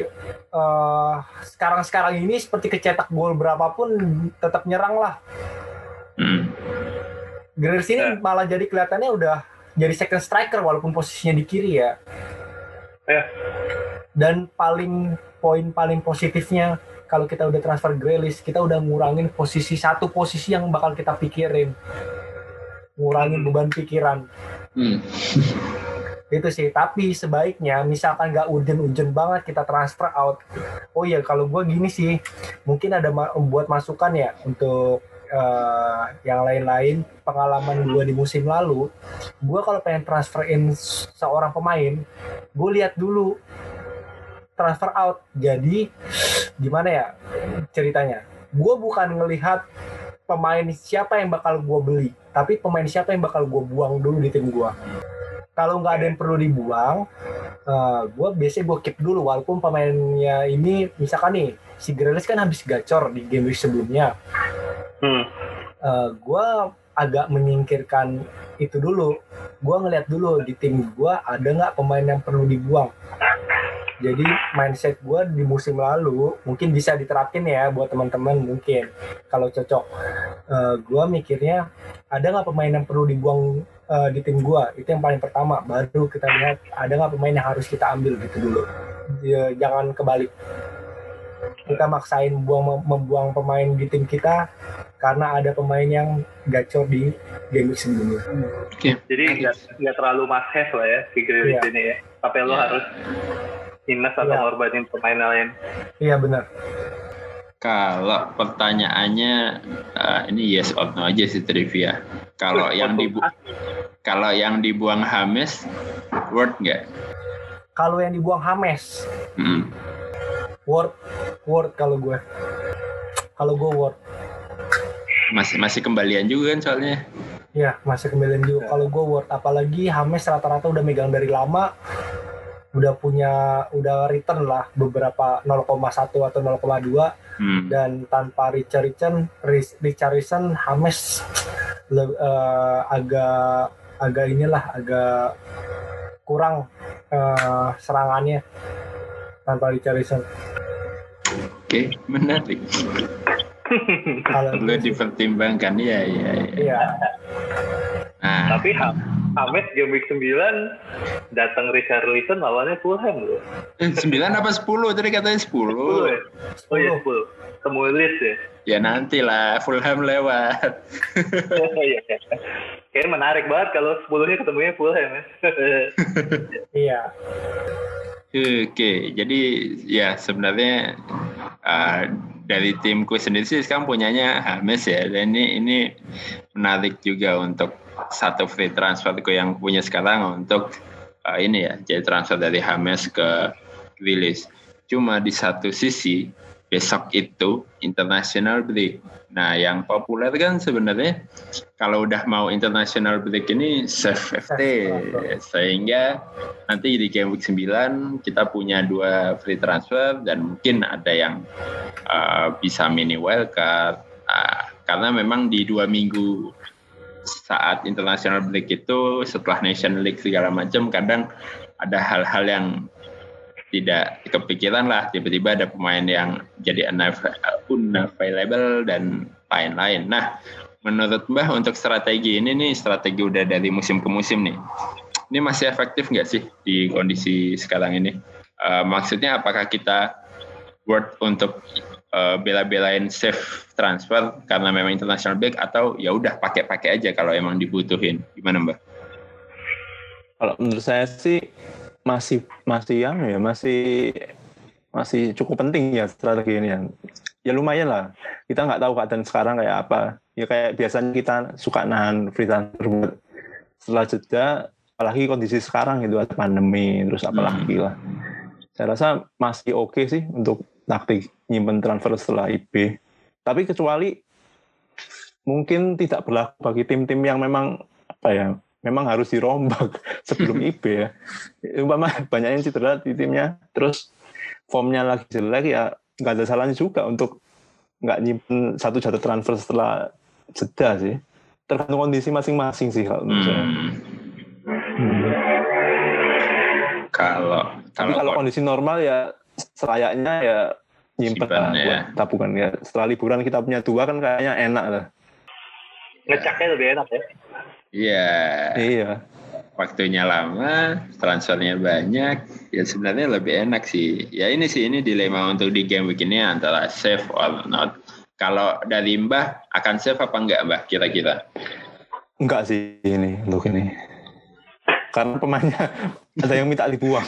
uh, sekarang-sekarang ini seperti kecetak gol berapapun tetap nyerang lah. Hmm. Grealish ini ya. Malah jadi kelihatannya udah jadi second striker walaupun posisinya di kiri ya. Ya. Dan paling poin paling positifnya kalau kita udah transfer Grealish, kita udah ngurangin posisi satu posisi yang bakal kita pikirin, ngurangin beban pikiran. Hmm. Itu sih. Tapi sebaiknya misalkan nggak urgent-urgent banget kita transfer out. Oh iya, kalau gue gini sih, mungkin ada ma- buat masukan ya untuk uh, yang lain-lain. Pengalaman gue di musim lalu, gue kalau pengen transferin seorang pemain, gue lihat dulu transfer out. Jadi gimana ya ceritanya? Gue bukan ngelihat pemain siapa yang bakal gue beli, tapi pemain siapa yang bakal gue buang dulu di tim gue. Kalau nggak ada yang perlu dibuang, uh, gue biasanya gue keep dulu. Walaupun pemainnya ini, misalkan nih, si Grealish kan habis gacor di game week sebelumnya. Hmm. Uh, gue agak menyingkirkan itu dulu. Gue ngeliat dulu di tim gue ada nggak pemain yang perlu dibuang. Jadi mindset gue di musim lalu mungkin bisa diterapin ya buat teman-teman mungkin. Kalau cocok, uh, gue mikirnya ada nggak pemain yang perlu dibuang uh, di tim gue. Itu yang paling pertama. Baru kita lihat ada nggak pemain yang harus kita ambil gitu dulu. Ya, jangan kebalik. Kita maksain buang membuang pemain di tim kita karena ada pemain yang gacor di game sebelumnya. Okay. Jadi nggak terlalu must have lah ya si Grealish yeah. ini ya. Tapi lo yeah. harus minus atau yeah. ngorbanin pemain lain. Iya benar. Kalau pertanyaannya uh, ini yes or no aja sih trivia. Kalau yang dibu kalau yang dibuang James worth nggak? Kalau yang dibuang James, Hmm. worth, worth kalau gue. Kalau gue worth. Masih masih kembalian juga kan soalnya. Ya, masih kembalian juga. Kalau gue worth, apalagi James rata-rata udah megang dari lama, udah punya, udah return lah beberapa nol koma satu atau nol koma dua, Hmm. dan tanpa Richarlison, Richarlison James le, uh, agak agak inilah agak kurang uh, serangannya tanpa Richarlison. Oke, menarik. Kalau Perlu dipertimbangkan ya, ya, ya. iya. Nah, Tapi James game week sembilan datang Richarlison lawannya Fulham loh. eh, sembilan apa sepuluh? Tadi katanya sepuluh. sepuluh ya? Oh iya sepuluh. Temu Leeds ya? Ya nantilah Fulham lewat. Iya. Kayaknya menarik banget kalau sepuluhnya ketemunya Fulham ya. Iya. Oke, jadi ya sebenarnya uh, dari timku sendiri sih sekarang punyanya James ya. Dan ini ini menarik juga untuk satu free transferku yang punya sekarang untuk uh, ini ya, jadi transfer dari James ke Grealish. Cuma di satu sisi besok itu international break. Nah, yang populer kan sebenarnya kalau udah mau international break ini save F T, sehingga nanti di game week sembilan kita punya dua free transfer dan mungkin ada yang uh, bisa mini wildcard. Uh, karena memang di dua minggu saat international break itu setelah Nation League segala macam kadang ada hal-hal yang tidak kepikiran lah, tiba-tiba ada pemain yang jadi unavailable dan lain-lain. Nah, menurut Mbah untuk strategi ini nih, strategi udah dari musim ke musim nih, ini masih efektif nggak sih di kondisi sekarang ini? Uh, maksudnya apakah kita worth untuk uh, bela-belain save transfer karena memang international break atau ya udah pakai-pakai aja kalau emang dibutuhin? Gimana Mbah? Kalau menurut saya sih masih masih yang ya masih masih cukup penting ya strategi ini ya. Ya lumayan lah. Kita nggak tahu keadaan sekarang kayak apa. Ya kayak biasanya kita suka nahan free transfer setelah jeda, apalagi kondisi sekarang itu ada pandemi terus apalagi lah. Saya rasa masih oke okay sih untuk taktik nyimpen transfer setelah I B. Tapi kecuali mungkin tidak berlaku bagi tim-tim yang memang apa ya? Memang harus dirombak sebelum I B ya. Umpama banyak yang cedera di timnya, terus formnya lagi jelek ya nggak ada salahnya juga untuk nggak nyimpen satu jatah transfer setelah jeda sih. Tergantung kondisi masing-masing sih kalau menurut saya. Hmm. Hmm. Kalau tapi kalau kondisi normal ya selayaknya ya nyimpen lah ya. Buat tabungan ya. Setelah liburan kita punya dua kan kayaknya enak lah. Ngecaknya lebih enak ya. Iya. Iya. Waktunya lama, transfernya banyak, ya sebenarnya lebih enak sih. Ya ini sih ini dilema untuk di game week ini antara save or not. Kalau dari Mbah akan save apa enggak Mbah kira-kira? Enggak sih ini untuk ini. Karena pemainnya ada yang minta dibuang.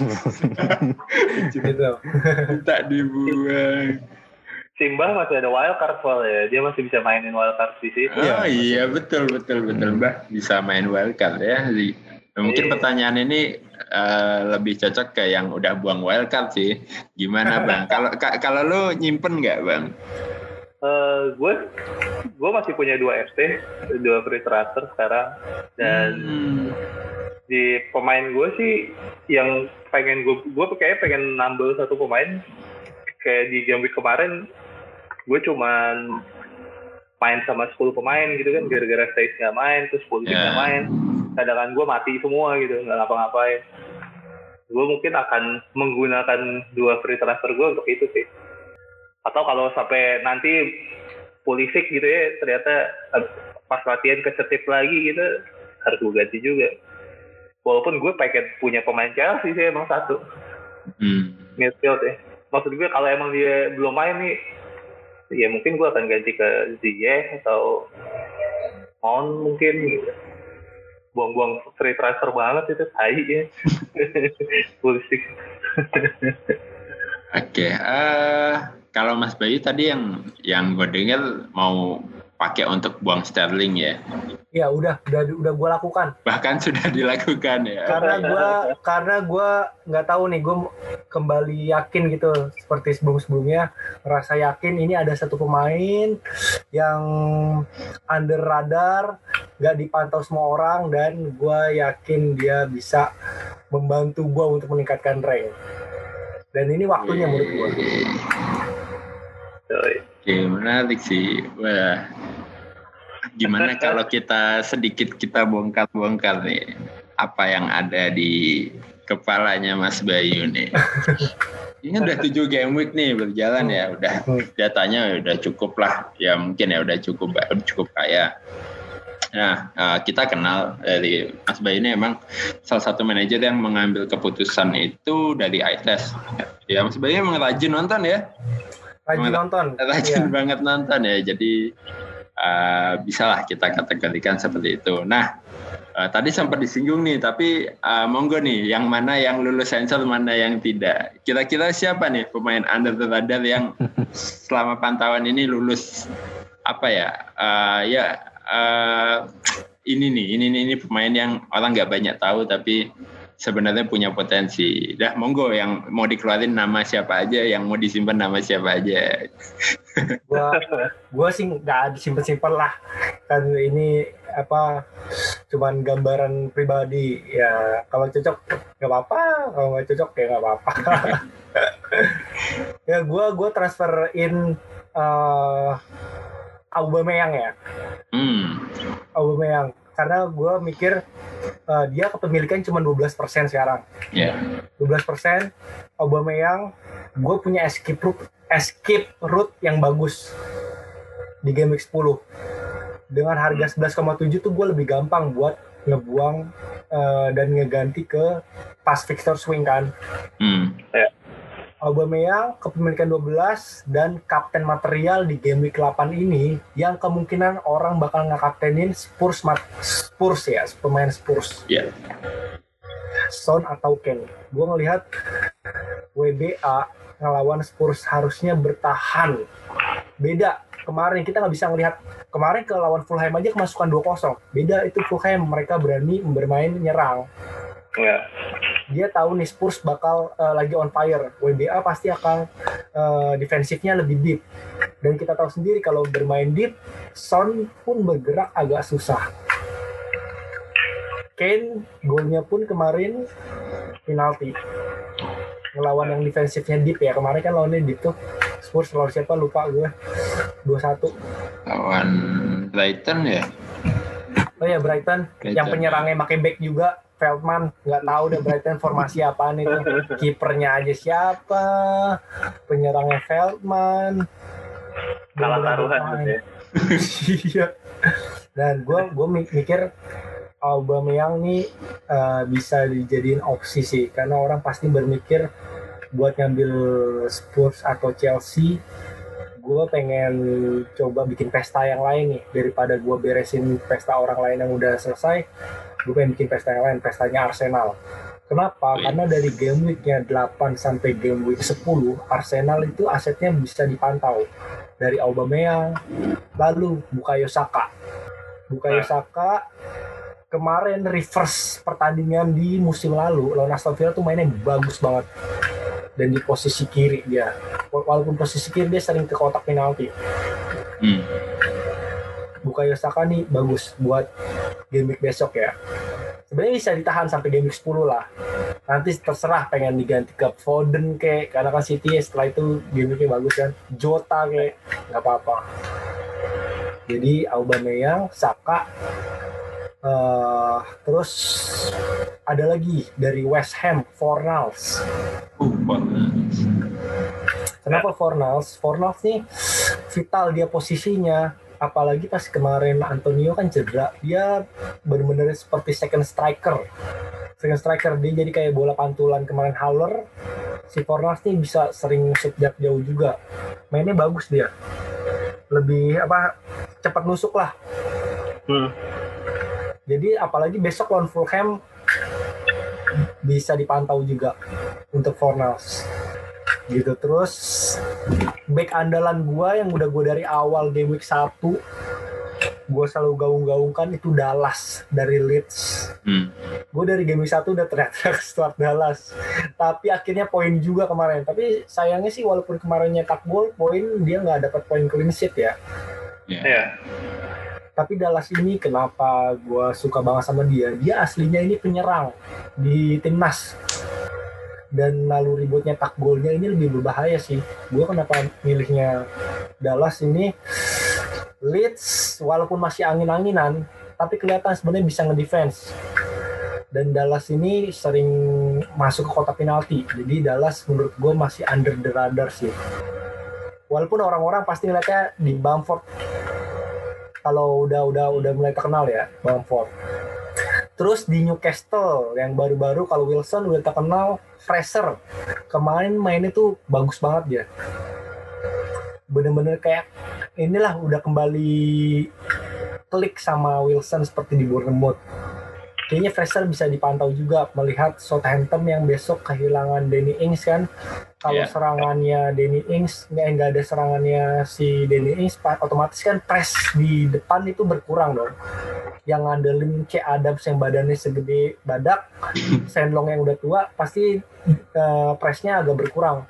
Minta dibuang. Simbah masih ada wildcard soalnya, dia masih bisa mainin wildcard di situ. Oh iya betul betul betul Mbah bisa main wildcard ya. Mungkin pertanyaan ini uh, lebih cocok ke yang udah buang wildcard sih. Gimana Bang? Kalau kalau lu nyimpen nggak Bang? Uh, gue gue masih punya dua F T, dua free transfer sekarang dan hmm. di pemain gue sih yang pengen gue gue kayaknya pengen nambah satu pemain kayak di game week kemarin. Gue cuman main sama sepuluh pemain gitu kan, gara-gara Stace nggak main, terus Pulisic nggak yeah. main, cadangan gue mati semua gitu, nggak ngapa-ngapain. Gue mungkin akan menggunakan dua free transfer gue untuk itu sih. Atau kalau sampai nanti Pulisic gitu ya, ternyata pas latihan kesetip lagi gitu, harus gue ganti juga. Walaupun gue pengen punya pemain Chelsea sih emang satu, hmm. midfield ya. Maksud gue kalau emang dia belum main nih, ya mungkin gue akan ganti ke Ziyech atau On mungkin gitu. Buang-buang free transfer banget itu, tai ya. Pulisic. Oke, uh, kalau Mas Bayu tadi yang yang gue dengar mau pakai untuk buang Sterling ya? Ya udah, udah, udah gue lakukan. Bahkan sudah dilakukan ya? Karena gue, karena gue nggak tahu nih, gue kembali yakin gitu seperti sebelum-sebelumnya, merasa yakin ini ada satu pemain yang under radar, nggak dipantau semua orang, dan gue yakin dia bisa membantu gue untuk meningkatkan rank. Dan ini waktunya menurut gue. Oke, menarik sih. Wah, gimana kalau kita sedikit kita bongkar-bongkar nih apa yang ada di kepalanya Mas Bayu nih. Ini udah tujuh game week nih berjalan ya, udah datanya udah cukup lah, ya mungkin ya udah cukup cukup kaya. Nah, kita kenal dari Mas Bayu ini emang salah satu manajer yang mengambil keputusan itu dari eye test. Ya Mas Bayu emang rajin nonton ya. Rajin nonton. Rajin iya. banget nonton ya. Jadi uh, bisalah kita kategorikan seperti itu. Nah, uh, tadi sempat disinggung nih, tapi uh, monggo nih, yang mana yang lulus sensor, mana yang tidak. Kira-kira siapa nih pemain under the radar yang selama pantauan ini lulus apa ya? Uh, ya uh, ini nih, ini nih, ini pemain yang orang nggak banyak tahu tapi sebenarnya punya potensi. Dah monggo yang mau dikeluarin nama siapa aja, yang mau disimpan nama siapa aja. Gua gua sih nggak disimpan-simpan lah. Kan ini apa cuman gambaran pribadi ya, kalau cocok nggak apa-apa, kalau nggak cocok ya nggak apa-apa. Ya gua gua transferin uh, Aubameyang ya. Hmm. Aubameyang karena gue mikir uh, dia kepemilikan cuma dua belas persen sekarang. Yeah. dua belas persen Aubameyang, gue punya escape route, escape route yang bagus di game week sepuluh. Dengan harga sebelas koma tujuh tuh gue lebih gampang buat ngebuang uh, dan ngeganti ke pas fixture swing kan. Hmm. Yeah. Aubameyang kepemilikan dua belas dan kapten material di game week delapan ini yang kemungkinan orang bakal ngakaptenin Spurs Spurs ya, pemain Spurs. Yeah. Son atau Kane. Gue ngelihat W B A ngelawan Spurs harusnya bertahan. Beda kemarin kita nggak bisa ngelihat, kemarin ke lawan Fulham aja kemasukan dua kosong. Beda itu Fulham, mereka berani bermain nyerang. Yeah. Dia tahu nih Spurs bakal uh, lagi on fire. W B A pasti akan uh, defensifnya lebih deep. Dan kita tahu sendiri kalau bermain deep, Son pun bergerak agak susah. Kane golnya pun kemarin penalti. Ngelawan yang defensifnya deep ya. Kemarin kan lawannya deep tuh. Spurs lawan siapa lupa gue. dua satu. Lawan Brighton ya? Oh ya Brighton. Brighton. Yang penyerangnya pakai back juga. Feldman, nggak tahu deh Brighton formasi apaan itu. Kipernya aja siapa, penyerangnya Feldman. Kalah taruhan gitu ya. Iya. Dan gue gue mikir Aubameyang nih uh, bisa dijadiin opsi sih, karena orang pasti berpikir buat ngambil Spurs atau Chelsea. Gue pengen coba bikin pesta yang lain nih daripada gue beresin pesta orang lain yang udah selesai. Gue pengen bikin pesta yang lain, pestanya Arsenal. Kenapa? Oh, iya. Karena dari game week-nya delapan sampai game week sepuluh, Arsenal itu asetnya bisa dipantau. Dari Aubameyang, lalu Bukayo Saka. Bukayo Saka kemarin reverse pertandingan di musim lalu, lawan Aston Villa tuh mainnya bagus banget. Dan di posisi kiri dia. Walaupun posisi kiri dia sering ke kotak penalti. Hmm. Bukayo Saka nih bagus buat game week besok ya. Sebenarnya bisa ditahan sampai game week sepuluh lah. Nanti terserah pengen diganti ke Foden kayak, karena kan City setelah itu game weeknya bagus kan. Jota kayak, nggak apa-apa. Jadi Aubameyang, Saka, uh, terus ada lagi dari West Ham, Fornals. Uh, Fornals. Kenapa Fornals? Fornals nih vital dia posisinya. Apalagi pas kemarin Antonio kan cedera, dia benar-benar seperti second striker. Second striker dia jadi kayak bola pantulan kemarin Haller. Si Fornals nih bisa sering shoot jarak jauh juga. Mainnya bagus dia. Lebih apa cepat nusuk lah. Hmm. Jadi apalagi besok lawan Fulham bisa dipantau juga untuk Fornals. gitu. Terus back andalan gue yang udah gue dari awal game week satu gue selalu gaung-gaungkan itu Dallas dari Leeds. Hmm. Gue dari game week satu udah teriak-teriak Stuart Dallas. Tapi akhirnya poin juga kemarin. Tapi sayangnya sih walaupun kemarin nyetak gol, poin dia nggak dapat poin clean sheet ya. Iya. Yeah. Yeah. Tapi Dallas ini kenapa gue suka banget sama dia? Dia aslinya ini penyerang di timnas. Dan lalu ribut nyetak golnya ini lebih berbahaya sih. Gue kenapa milihnya Dallas ini? Leeds walaupun masih angin-anginan, tapi kelihatan sebenarnya bisa ngedefense. Dan Dallas ini sering masuk ke kotak penalti. Jadi Dallas menurut gue masih under the radar sih. Walaupun orang-orang pasti ngeliatnya di Bamford. Kalau udah udah udah mulai terkenal ya Bamford. Terus di Newcastle yang baru-baru kalau Wilson udah terkenal, Fraser kemarin mainnya tuh bagus banget dia. Bener-bener kayak inilah udah kembali klik sama Wilson seperti di Bournemouth. Kayaknya Fraser bisa dipantau juga melihat Southampton yang besok kehilangan Danny Ings kan. Kalau yeah. serangannya Danny Ings nggak ada serangannya si Danny Ings, otomatis kan press di depan itu berkurang dong. Yang ngandelin Che Adams yang badannya segede badak, Sendlong yang udah tua pasti uh, pressnya agak berkurang.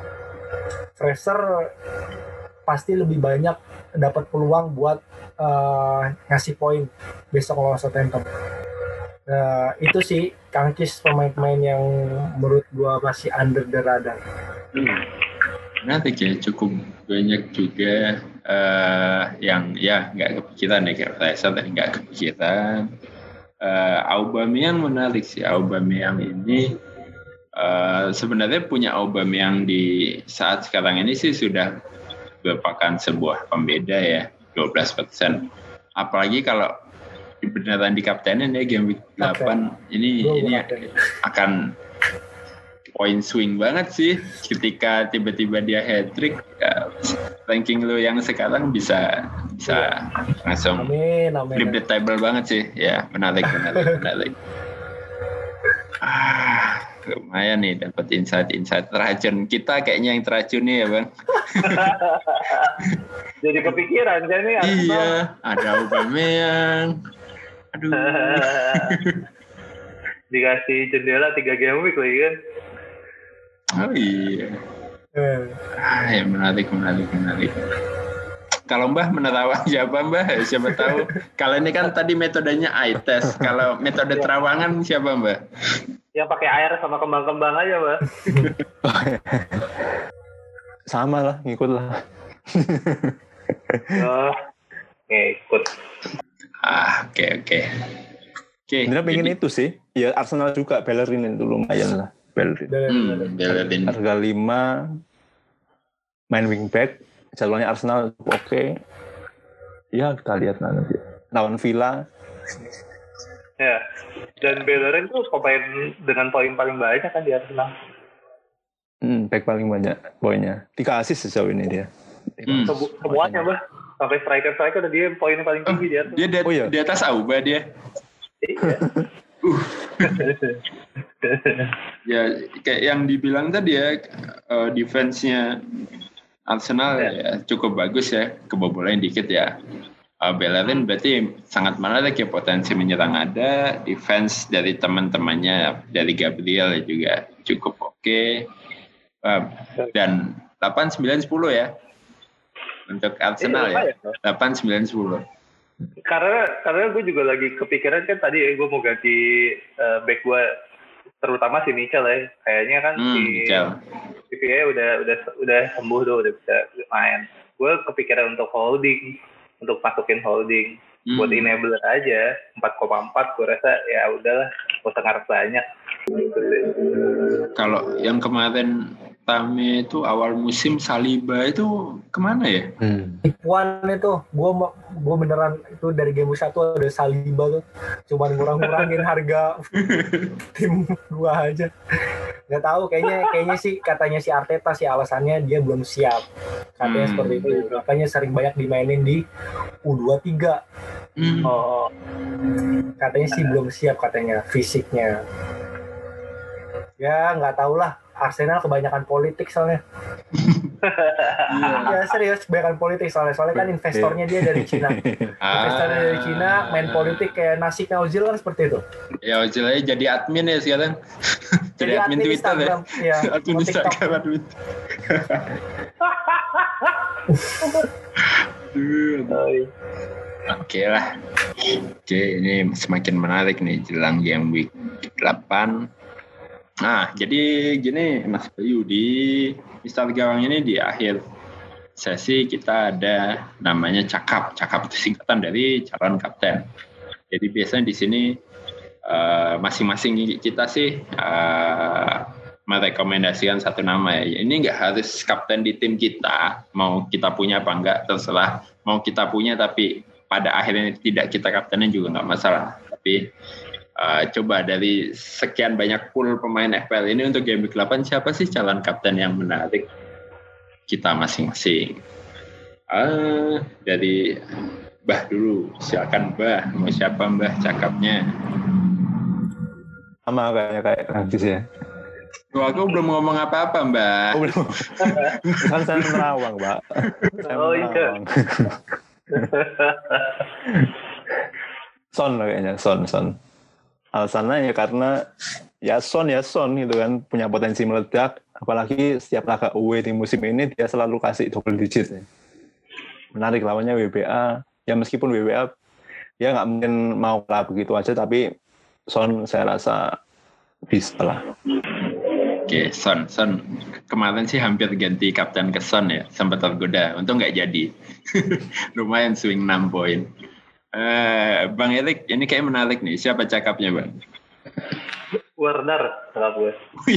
Fraser pasti lebih banyak dapat peluang buat uh, ngasih poin besok lawan Southampton. Nah, itu sih Kangkis pemain-pemain yang menurut gua masih under the radar. Hmm. Nanti ya cukup banyak juga uh, yang ya nggak kepikiran ya kayak Fraser tadi nggak kepikiran. Uh, Aubameyang menarik sih. Aubameyang ini uh, sebenarnya punya Aubameyang di saat sekarang ini sih sudah merupakan sebuah pembeda ya, dua belas persen. Apalagi kalau beneran di kaptenin ya game week delapan okay. ini Gue ini akan point swing banget sih ketika tiba-tiba dia hat trick. Ya, ranking lu yang sekarang bisa bisa yeah. langsung amin, amin, flip the table banget sih. Ya, menarik menarik menarik. Ah, lumayan nih dapat insight-insight teracun. Kita kayaknya yang teracun nih ya Bang. Jadi kepikiran kan nih. Iya, ada Aubameyang. Aduh. Dikasih jendela tiga game week lagi kan. Oh iya. Ah, ya menarik menarik menarik. Kalau Mbah menerawang siapa Mbah? Siapa tahu. Kalau ini kan tadi metodenya eye test. Kalau metode terawangan siapa Mbah? Yang pakai air sama kembang-kembang aja Mbah. Sama lah, ngikut lah. Oh, oke, ikut. Ah, oke oke. Oke. Sebenarnya pengen jadi, itu sih. Ya Arsenal juga Bellerin itu lumayan lah. Bellerin. Hmm, Bellerin. Harga lima, main wingback. Jadwalnya Arsenal oke. Okay. Ya kita lihat nanti. Lawan Villa. Ya. Dan Bellerin tuh pemain dengan poin paling banyak kan di Arsenal. Hmm, back paling banyak poinnya. Tiga assist sejauh ini dia. Hmm. Semuanya Bah. Sampai striker-striker udah dia poin paling tinggi oh, di Arsenal. Dia di, oh, iya. di atas Auba dia. Iya. uh. Ya kayak yang dibilang tadi ya uh, defense-nya Arsenal ya. ya cukup bagus ya, kebobolan dikit ya. Uh, Bellerin berarti sangat menarik ya, potensi menyerang ada, defense dari teman-temannya dari Gabriel juga cukup oke. Okay. Uh, dan delapan sembilan sepuluh ya untuk Arsenal ya. delapan sembilan sepuluh. Karena karena gue juga lagi kepikiran kan tadi ya gue mau ganti uh, back gue terutama si Michel ya. Kayaknya kan hmm, si P P A udah udah udah sembuh tuh, udah bisa main. Gue kepikiran untuk holding, untuk masukin holding hmm. buat enabler aja empat koma empat. Gue rasa ya udahlah, gak usah ngarep banyak. Kalau yang kemarin Tame itu awal musim Saliba itu kemana ya? Hmm. Tipuan itu, gue gue beneran itu dari game satu ada Saliba tuh, cuman ngurang-ngurangin harga tim gue aja. Gak tahu, kayaknya kayaknya sih katanya si Arteta sih alasannya dia belum siap, katanya hmm. seperti itu, makanya sering banyak dimainin di U dua puluh tiga. Hmm. Oh, katanya sih belum siap katanya fisiknya. Ya nggak tahu lah, Arsenal kebanyakan politik soalnya. Ya serius, kebanyakan politik soalnya. Soalnya kan investornya dia dari Cina. Investornya dari Cina, main politik kayak nasibnya Ozil kan seperti itu. Ya Ozil aja jadi admin ya sekarang. jadi, jadi admin, admin Twitter Instagram, ya. admin Instagram, admin. Oke lah. Oke, ini semakin menarik nih jelang game week delapan. Nah, jadi gini Mas Bayu, di Mister Gawang ini di akhir sesi kita ada namanya cakap. Cakap itu singkatan dari calon kapten. Jadi biasanya di sini uh, masing-masing kita sih uh, merekomendasikan satu nama ya. Ini nggak harus kapten di tim kita, mau kita punya apa enggak terserah. Mau kita punya tapi pada akhirnya tidak kita kaptenin juga nggak masalah. Tapi Uh, coba dari sekian banyak pool pemain F P L ini untuk game week delapan siapa sih calon kapten yang menarik kita masing-masing? Uh, dari Mbah dulu, silakan Mbah, mau siapa Mbah cakapnya? Sama kayaknya kayak Ragis ya. Tuh, aku belum ngomong apa-apa Mbah. Oh, belum. Kan saya menerawang Mbak. Saya oh iya. Son kayaknya, Son, Son. Alasannya ya karena ya Son ya Son gitu kan punya potensi meledak, apalagi setiap laga away di musim ini dia selalu kasih double digit ya. Menarik lawannya W B A ya, meskipun W B A ya nggak mungkin mau kalah begitu aja, tapi Son saya rasa bisa lah. Oke, Son, Son kemarin sih hampir ganti kapten ke Son ya, sempat tergoda, untung nggak jadi. Lumayan swing enam poin. Uh, Bang Erik, ini kayak menarik nih. Siapa cakapnya, Bang? Werner, salah gue.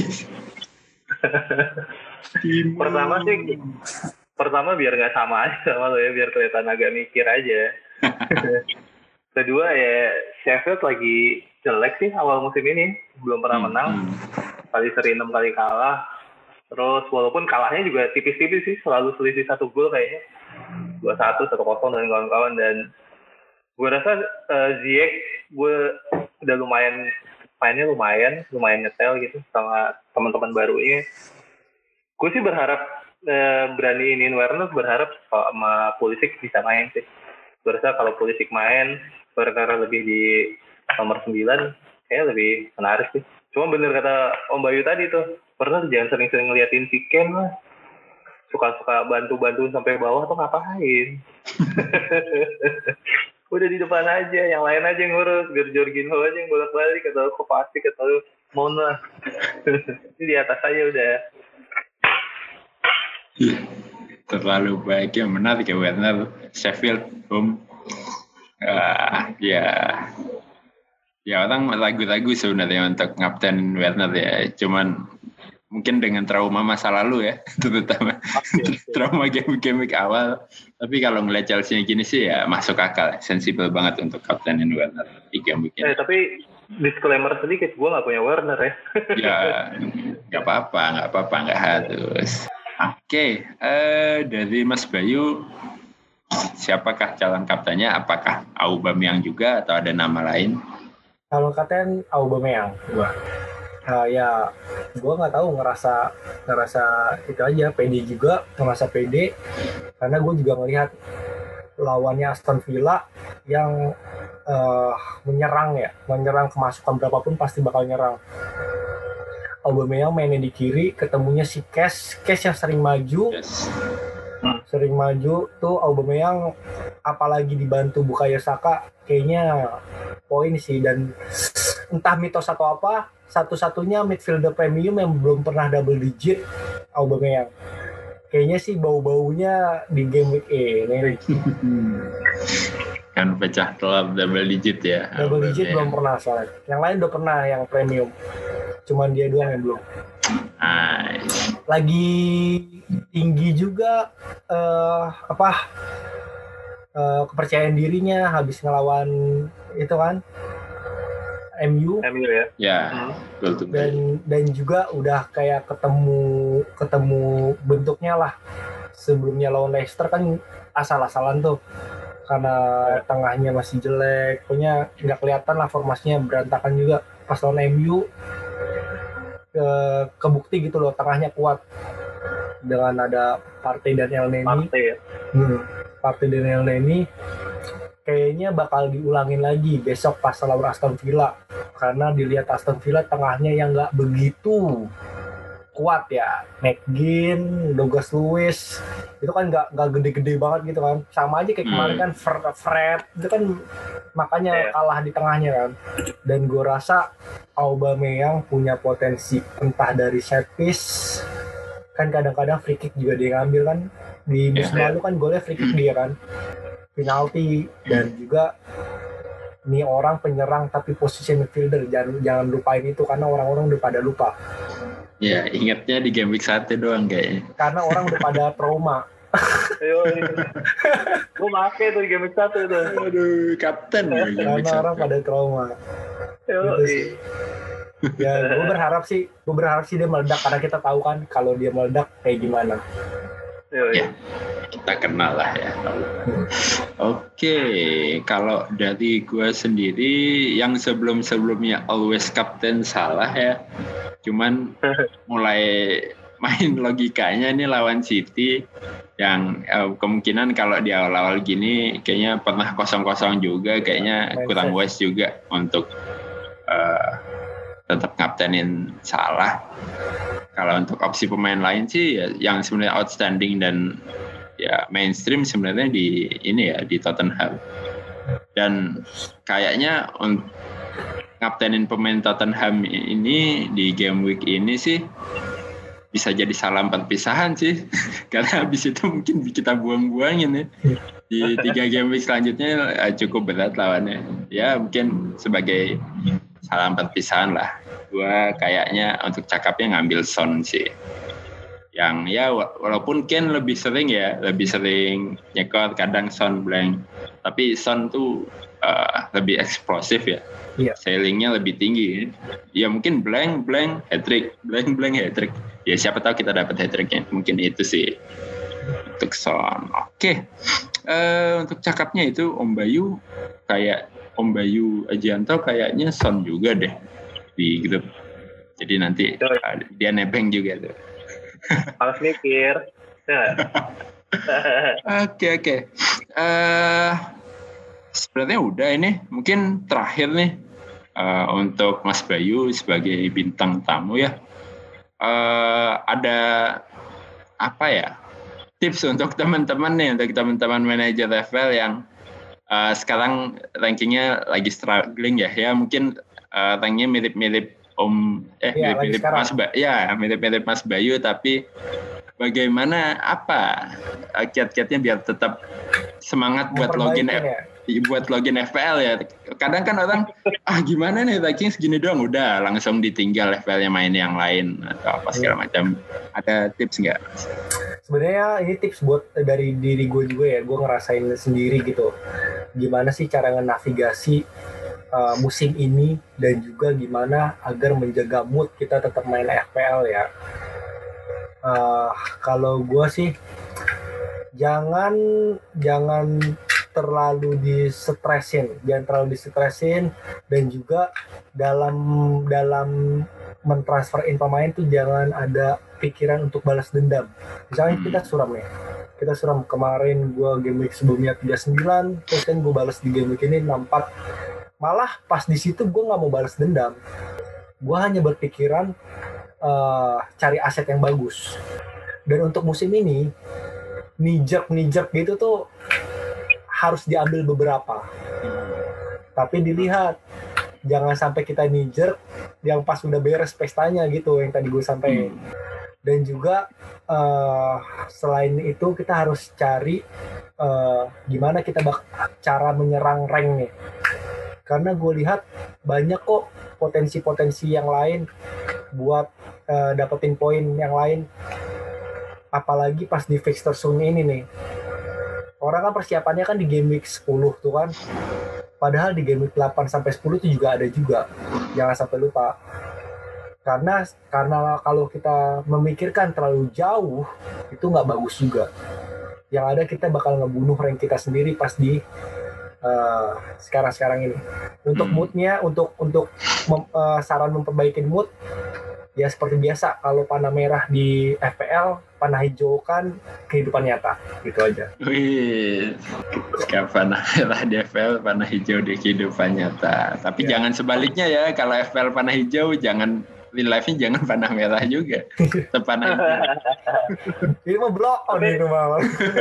Pertama sih, pertama biar nggak sama aja sama lo ya, biar kelihatan agak mikir aja. Kedua ya, Sheffield lagi jelek sih awal musim ini, belum pernah menang, hmm. kali seri enam kali kalah. Terus walaupun kalahnya juga tipis-tipis sih, selalu selisih satu gol kayaknya, dua satu, satu kosong dan kawan-kawan. Dan gue rasa uh, Ziyech gue udah lumayan mainnya lumayan lumayan nyetel gitu sama teman-teman barunya. Gue sih berharap uh, berani iniin Werner, berharap sama Pulisic bisa main sih. Gue rasa kalau Pulisic main Werner lebih di nomor sembilan kayak lebih menarik sih. Cuma bener kata Om Bayu tadi tuh, Werner jangan sering-sering ngeliatin si Ken lah, suka-suka bantu-bantu sampai bawah tuh ngapain. Udah di depan aja, yang lain aja yang ngurus, biar Jorginho aja yang bolak-balik atau Kovacic atau Mona. Ini di atas aja udah. Terlalu baik ya, menarik ya Werner. Sheffield, home. Uh, ya, ya orang ragu-ragu sebenarnya untuk ngapten Werner ya. Cuman mungkin dengan trauma masa lalu ya, terutama trauma game-game awal. Tapi kalau ngeliat Chelsea gini sih ya masuk akal, sensibel banget untuk kaptenin Werner di game week ini. Eh, tapi disclaimer sedikit, gue nggak punya Werner ya. Ya, nggak apa-apa, nggak apa-apa, nggak harus. Oke, okay, uh, dari Mas Bayu, siapakah calon kaptennya? Apakah Aubameyang juga atau ada nama lain? Calon kapten Aubameyang, gua. Uh, ya gue nggak tahu, ngerasa ngerasa itu aja, pede juga, ngerasa pede karena gue juga ngelihat lawannya Aston Villa yang uh, menyerang ya menyerang kemasukan berapapun pasti bakal nyerang. Aubameyang mainnya di kiri, ketemunya si Kes Kes yang sering maju yes. sering maju tuh Aubameyang, apalagi dibantu Bukayo Saka, kayaknya poin sih. Dan entah mitos atau apa, satu-satunya midfielder premium yang belum pernah double digit Aubameyang. Kayaknya sih bau-baunya di game week ini. Kan pecah telur double digit ya. Double digit belum pernah soalnya. Yang lain udah pernah yang premium. Cuman dia doang yang belum. Nice. Lagi tinggi juga uh, apa uh, kepercayaan dirinya habis ngelawan itu kan M U, M U ya. Ya. Hmm. Dan dan juga udah kayak ketemu ketemu bentuknya lah. Sebelumnya lawan Leicester kan asal-asalan tuh. Karena ya. Tengahnya masih jelek, pokoknya nggak kelihatan lah, formasinya berantakan juga. Pas lawan M U ke, kebukti gitu loh, tengahnya kuat dengan ada Partey dan Elneny. Partey ya. Hmm, Partey dan Elneny kayaknya bakal diulangin lagi besok pas lawan Aston Villa, karena dilihat Aston Villa tengahnya yang nggak begitu kuat ya. McGinn, Douglas Luiz itu kan nggak nggak gede-gede banget gitu kan, sama aja kayak hmm. kemarin kan Fred itu kan makanya yeah. kalah di tengahnya kan. Dan gue rasa Aubameyang punya potensi, entah dari set piece, kan kadang-kadang free kick juga dia ngambil kan, di musim yeah. lalu kan golnya free kick dia kan, penalti, dan juga ini orang penyerang tapi posisi midfielder, jangan jangan lupain itu karena orang-orang udah pada lupa. Ya, ingatnya di game week satu doang kayaknya. Karena orang udah pada trauma. Ayo, gue make tuh di game week satu tuh. Aduh, kapten ya game week Karena satu. orang pada trauma. Yo, gitu sih. Ya, gue berharap sih, gue berharap sih dia meledak, karena kita tahu kan kalau dia meledak kayak gimana. Yo, ya, kita kenal lah ya. Oke, kalau dari gue sendiri yang sebelum-sebelumnya always captain salah ya. Cuman mulai main logikanya ini lawan City yang eh, kemungkinan kalau di awal-awal gini kayaknya pernah kosong-kosong juga, kayaknya kurang wise juga untuk uh, tetap ngaptenin Salah. Kalau untuk opsi pemain lain sih ya, yang sebenarnya outstanding dan ya mainstream sebenarnya di ini ya di Tottenham. Dan kayaknya untuk ngaptenin pemain Tottenham ini di game week ini sih bisa jadi salam perpisahan sih. Karena habis itu mungkin kita buang-buangin ya. Di tiga game week selanjutnya cukup berat lawannya. Ya mungkin sebagai salam perpisahan lah. Gua kayaknya untuk cakapnya ngambil Son sih. Yang ya walaupun Ken lebih sering ya, lebih sering nyekor, kadang Son blank. Tapi Son tuh uh, lebih eksplosif ya. Iya. Sailingnya lebih tinggi. Ya mungkin blank blank hat-trick, blank blank hat-trick. Ya siapa tahu kita dapat hat-tricknya. Mungkin itu sih untuk Son. Oke. Uh, untuk cakapnya itu Om Bayu kayak Om Bayu Ajianto kayaknya Son juga deh di grup. Jadi nanti uh, dia nebeng juga tuh. Harus mikir. Oke oke. Eh sebenarnya udah ini mungkin terakhir nih uh, untuk Mas Bayu sebagai bintang tamu ya. Uh, ada apa ya tips untuk teman-teman nih, untuk teman-teman manajer F L yang uh, sekarang rankingnya lagi struggling ya, ya mungkin uh, rankingnya mirip-mirip Om eh ya, mirip-mirip Mas Bayu, ya mirip-mirip Mas Bayu, tapi bagaimana apa kiat-kiatnya biar tetap semangat buat login ya? buat login F P L ya. Kadang kan orang ah gimana nih ranking segini doang udah langsung ditinggal F P L-nya main yang lain atau apa segala macam. Ada tips nggak? Sebenarnya ini tips buat dari diri gue juga ya. Gue ngerasain sendiri gitu. Gimana sih cara navigasi uh, musim ini dan juga gimana agar menjaga mood kita tetap main F P L ya. Uh, kalau gue sih jangan jangan terlalu distresin, jangan terlalu distresin, dan juga dalam dalam mentransferin pemain tuh jangan ada pikiran untuk balas dendam. Misalnya kita suram nih, kita suram kemarin gue game week sebelumnya tiga puluh sembilan, terus kan gue balas di game week ini enam puluh empat. Malah pas di situ gue nggak mau balas dendam, gue hanya berpikiran uh, cari aset yang bagus. Dan untuk musim ini nijek nijek gitu tuh harus diambil beberapa, tapi dilihat jangan sampai kita nijer yang pas udah beres pestanya gitu yang tadi gue sampaikan. Dan juga uh, selain itu kita harus cari uh, gimana kita bak- cara menyerang rank nih, karena gue lihat banyak kok potensi-potensi yang lain buat uh, dapetin poin yang lain, apalagi pas di fixture soon ini nih. Orang kan persiapannya kan di game week sepuluh tuh kan. Padahal di game week delapan sampai sepuluh itu juga ada juga. Jangan sampai lupa. Karena karena kalau kita memikirkan terlalu jauh, itu nggak bagus juga. Yang ada kita bakal ngebunuh rank kita sendiri pas di uh, sekarang-sekarang ini. Untuk moodnya, untuk untuk mem, uh, saran memperbaiki mood, ya seperti biasa kalau panah merah di F P L, panah hijau kan kehidupan nyata, gitu aja. Wih, sekarang panah merah di F P L, panah hijau di kehidupan nyata. Tapi ya. Jangan sebaliknya ya, kalau F P L panah hijau, jangan real life-nya jangan panah merah juga. Tetap panah hijau. Ini mau block on itu mah.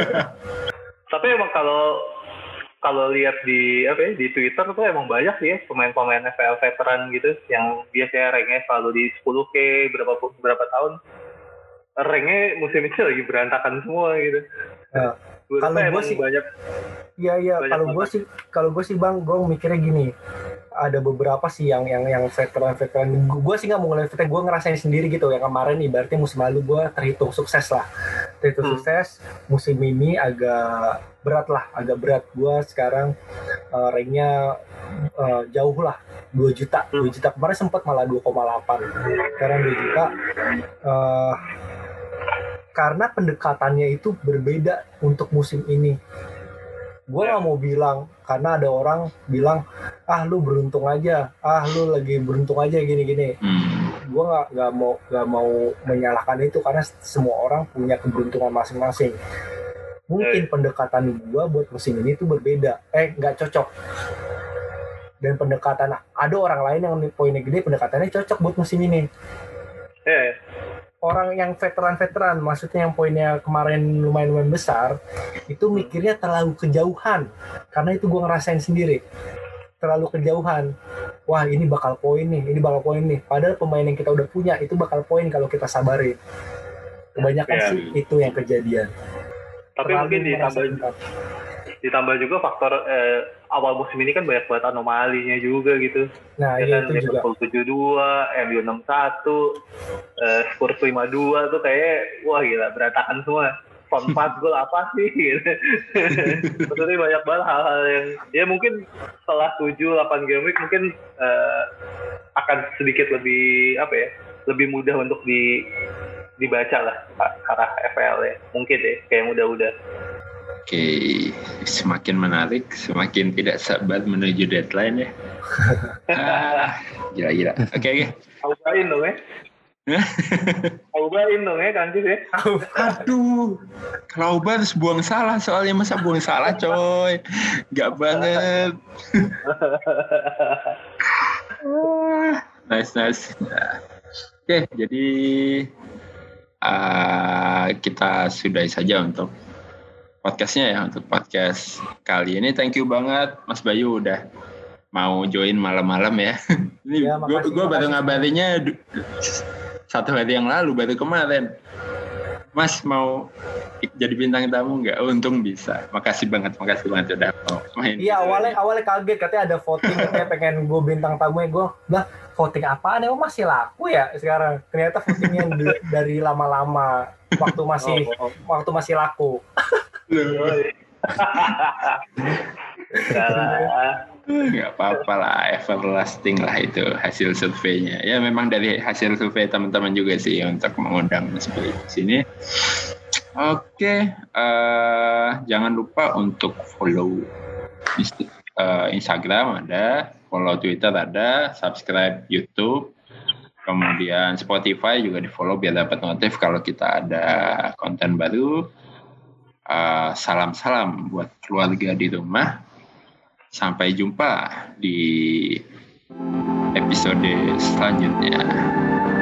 Tapi emang kalau kalau lihat di apa ya, di Twitter tuh emang banyak sih ya pemain-pemain F P L veteran gitu yang biasanya ranknya selalu di sepuluh K berapa berapa tahun. Ranknya musim ini lagi berantakan semua gitu. Nah, kalau gue sih banyak. Iya iya. Kalau gue sih kalau gue sih bang, gue mikirnya gini. Ada beberapa sih yang yang yang veteran-veteran. Gue sih nggak mau ngeliat veteran. Gue ngerasain sendiri gitu. Yang kemarin ibaratnya musim lalu gue terhitung sukses lah. Terhitung hmm. sukses. Musim ini agak berat lah, agak berat. Gue sekarang uh, ranknya uh, jauh lah. dua juta. dua juta. Kemarin sempat malah dua koma delapan. Sekarang dua juta. Uh, karena pendekatannya itu berbeda untuk musim ini. Gue nggak mau bilang karena ada orang bilang ah lu beruntung aja, ah lu lagi beruntung aja gini-gini. Hmm. Gue nggak nggak mau nggak mau menyalahkan itu karena semua orang punya keberuntungan masing-masing. Mungkin pendekatan gue buat musim ini tuh berbeda, eh nggak cocok. Dan pendekatan ada orang lain yang poinnya gede, pendekatannya cocok buat musim ini. Eh. Orang yang veteran-veteran, maksudnya yang poinnya kemarin lumayan-lumayan besar, itu mikirnya terlalu kejauhan. Karena itu gue ngerasain sendiri. Terlalu kejauhan. Wah ini bakal poin nih, ini bakal poin nih. Padahal pemain yang kita udah punya, itu bakal poin kalau kita sabarin. Kebanyakan ya. Sih itu yang kejadian. Tapi terlalu mungkin ditambah, ditambah juga faktor eh, awal musim ini kan banyak banget anomalinya juga gitu. Nah, ya iya kan, itu Liverpool juga. tujuh dua, M U enam satu, uh, Spurs lima dua tuh kayak wah gila berantakan semua. Font empat gol apa sih gitu. Maksudnya banyak banget hal-hal yang ya mungkin setelah tujuh delapan game week mungkin uh, akan sedikit lebih apa ya, lebih mudah untuk di dibaca lah arah F P L ya. Mungkin deh kayak udah-udah. Oke, semakin menarik, semakin tidak sabar menuju deadline ya. ah, gila-gila. Oke, oke. Aubain dong ya. Aubain dong ya, Kancis ya. Aduh, kalau Auba harus buang salah soalnya masa buang salah coy. Gak banget. nice, nice. Nah. Oke, jadi uh, kita sudahi saja untuk podcastnya ya, untuk podcast kali ini. Thank you banget Mas Bayu udah mau join malam-malam ya. Ini ya, gue gue baru ngabarinnya satu hari yang lalu, baru kemarin. Mas mau jadi bintang tamu nggak? Untung bisa. Makasih banget, makasih banget udah mau main. Iya awalnya awalnya kaget katanya ada voting katanya pengen gue bintang tamu ya gue. Bah voting apaan? Emang masih laku ya sekarang? Ternyata votingnya dari lama-lama waktu masih oh, oh. waktu masih laku. Nggak apa-apa lah, everlasting lah itu hasil surveinya. Ya memang dari hasil survei teman-teman juga sih untuk mengundang seperti di sini. Oke, uh, jangan lupa untuk follow uh, Instagram ada, follow Twitter ada, subscribe YouTube, kemudian Spotify juga di follow biar dapat notif kalau kita ada konten baru. Uh, salam-salam buat keluarga di rumah. Sampai jumpa di episode selanjutnya.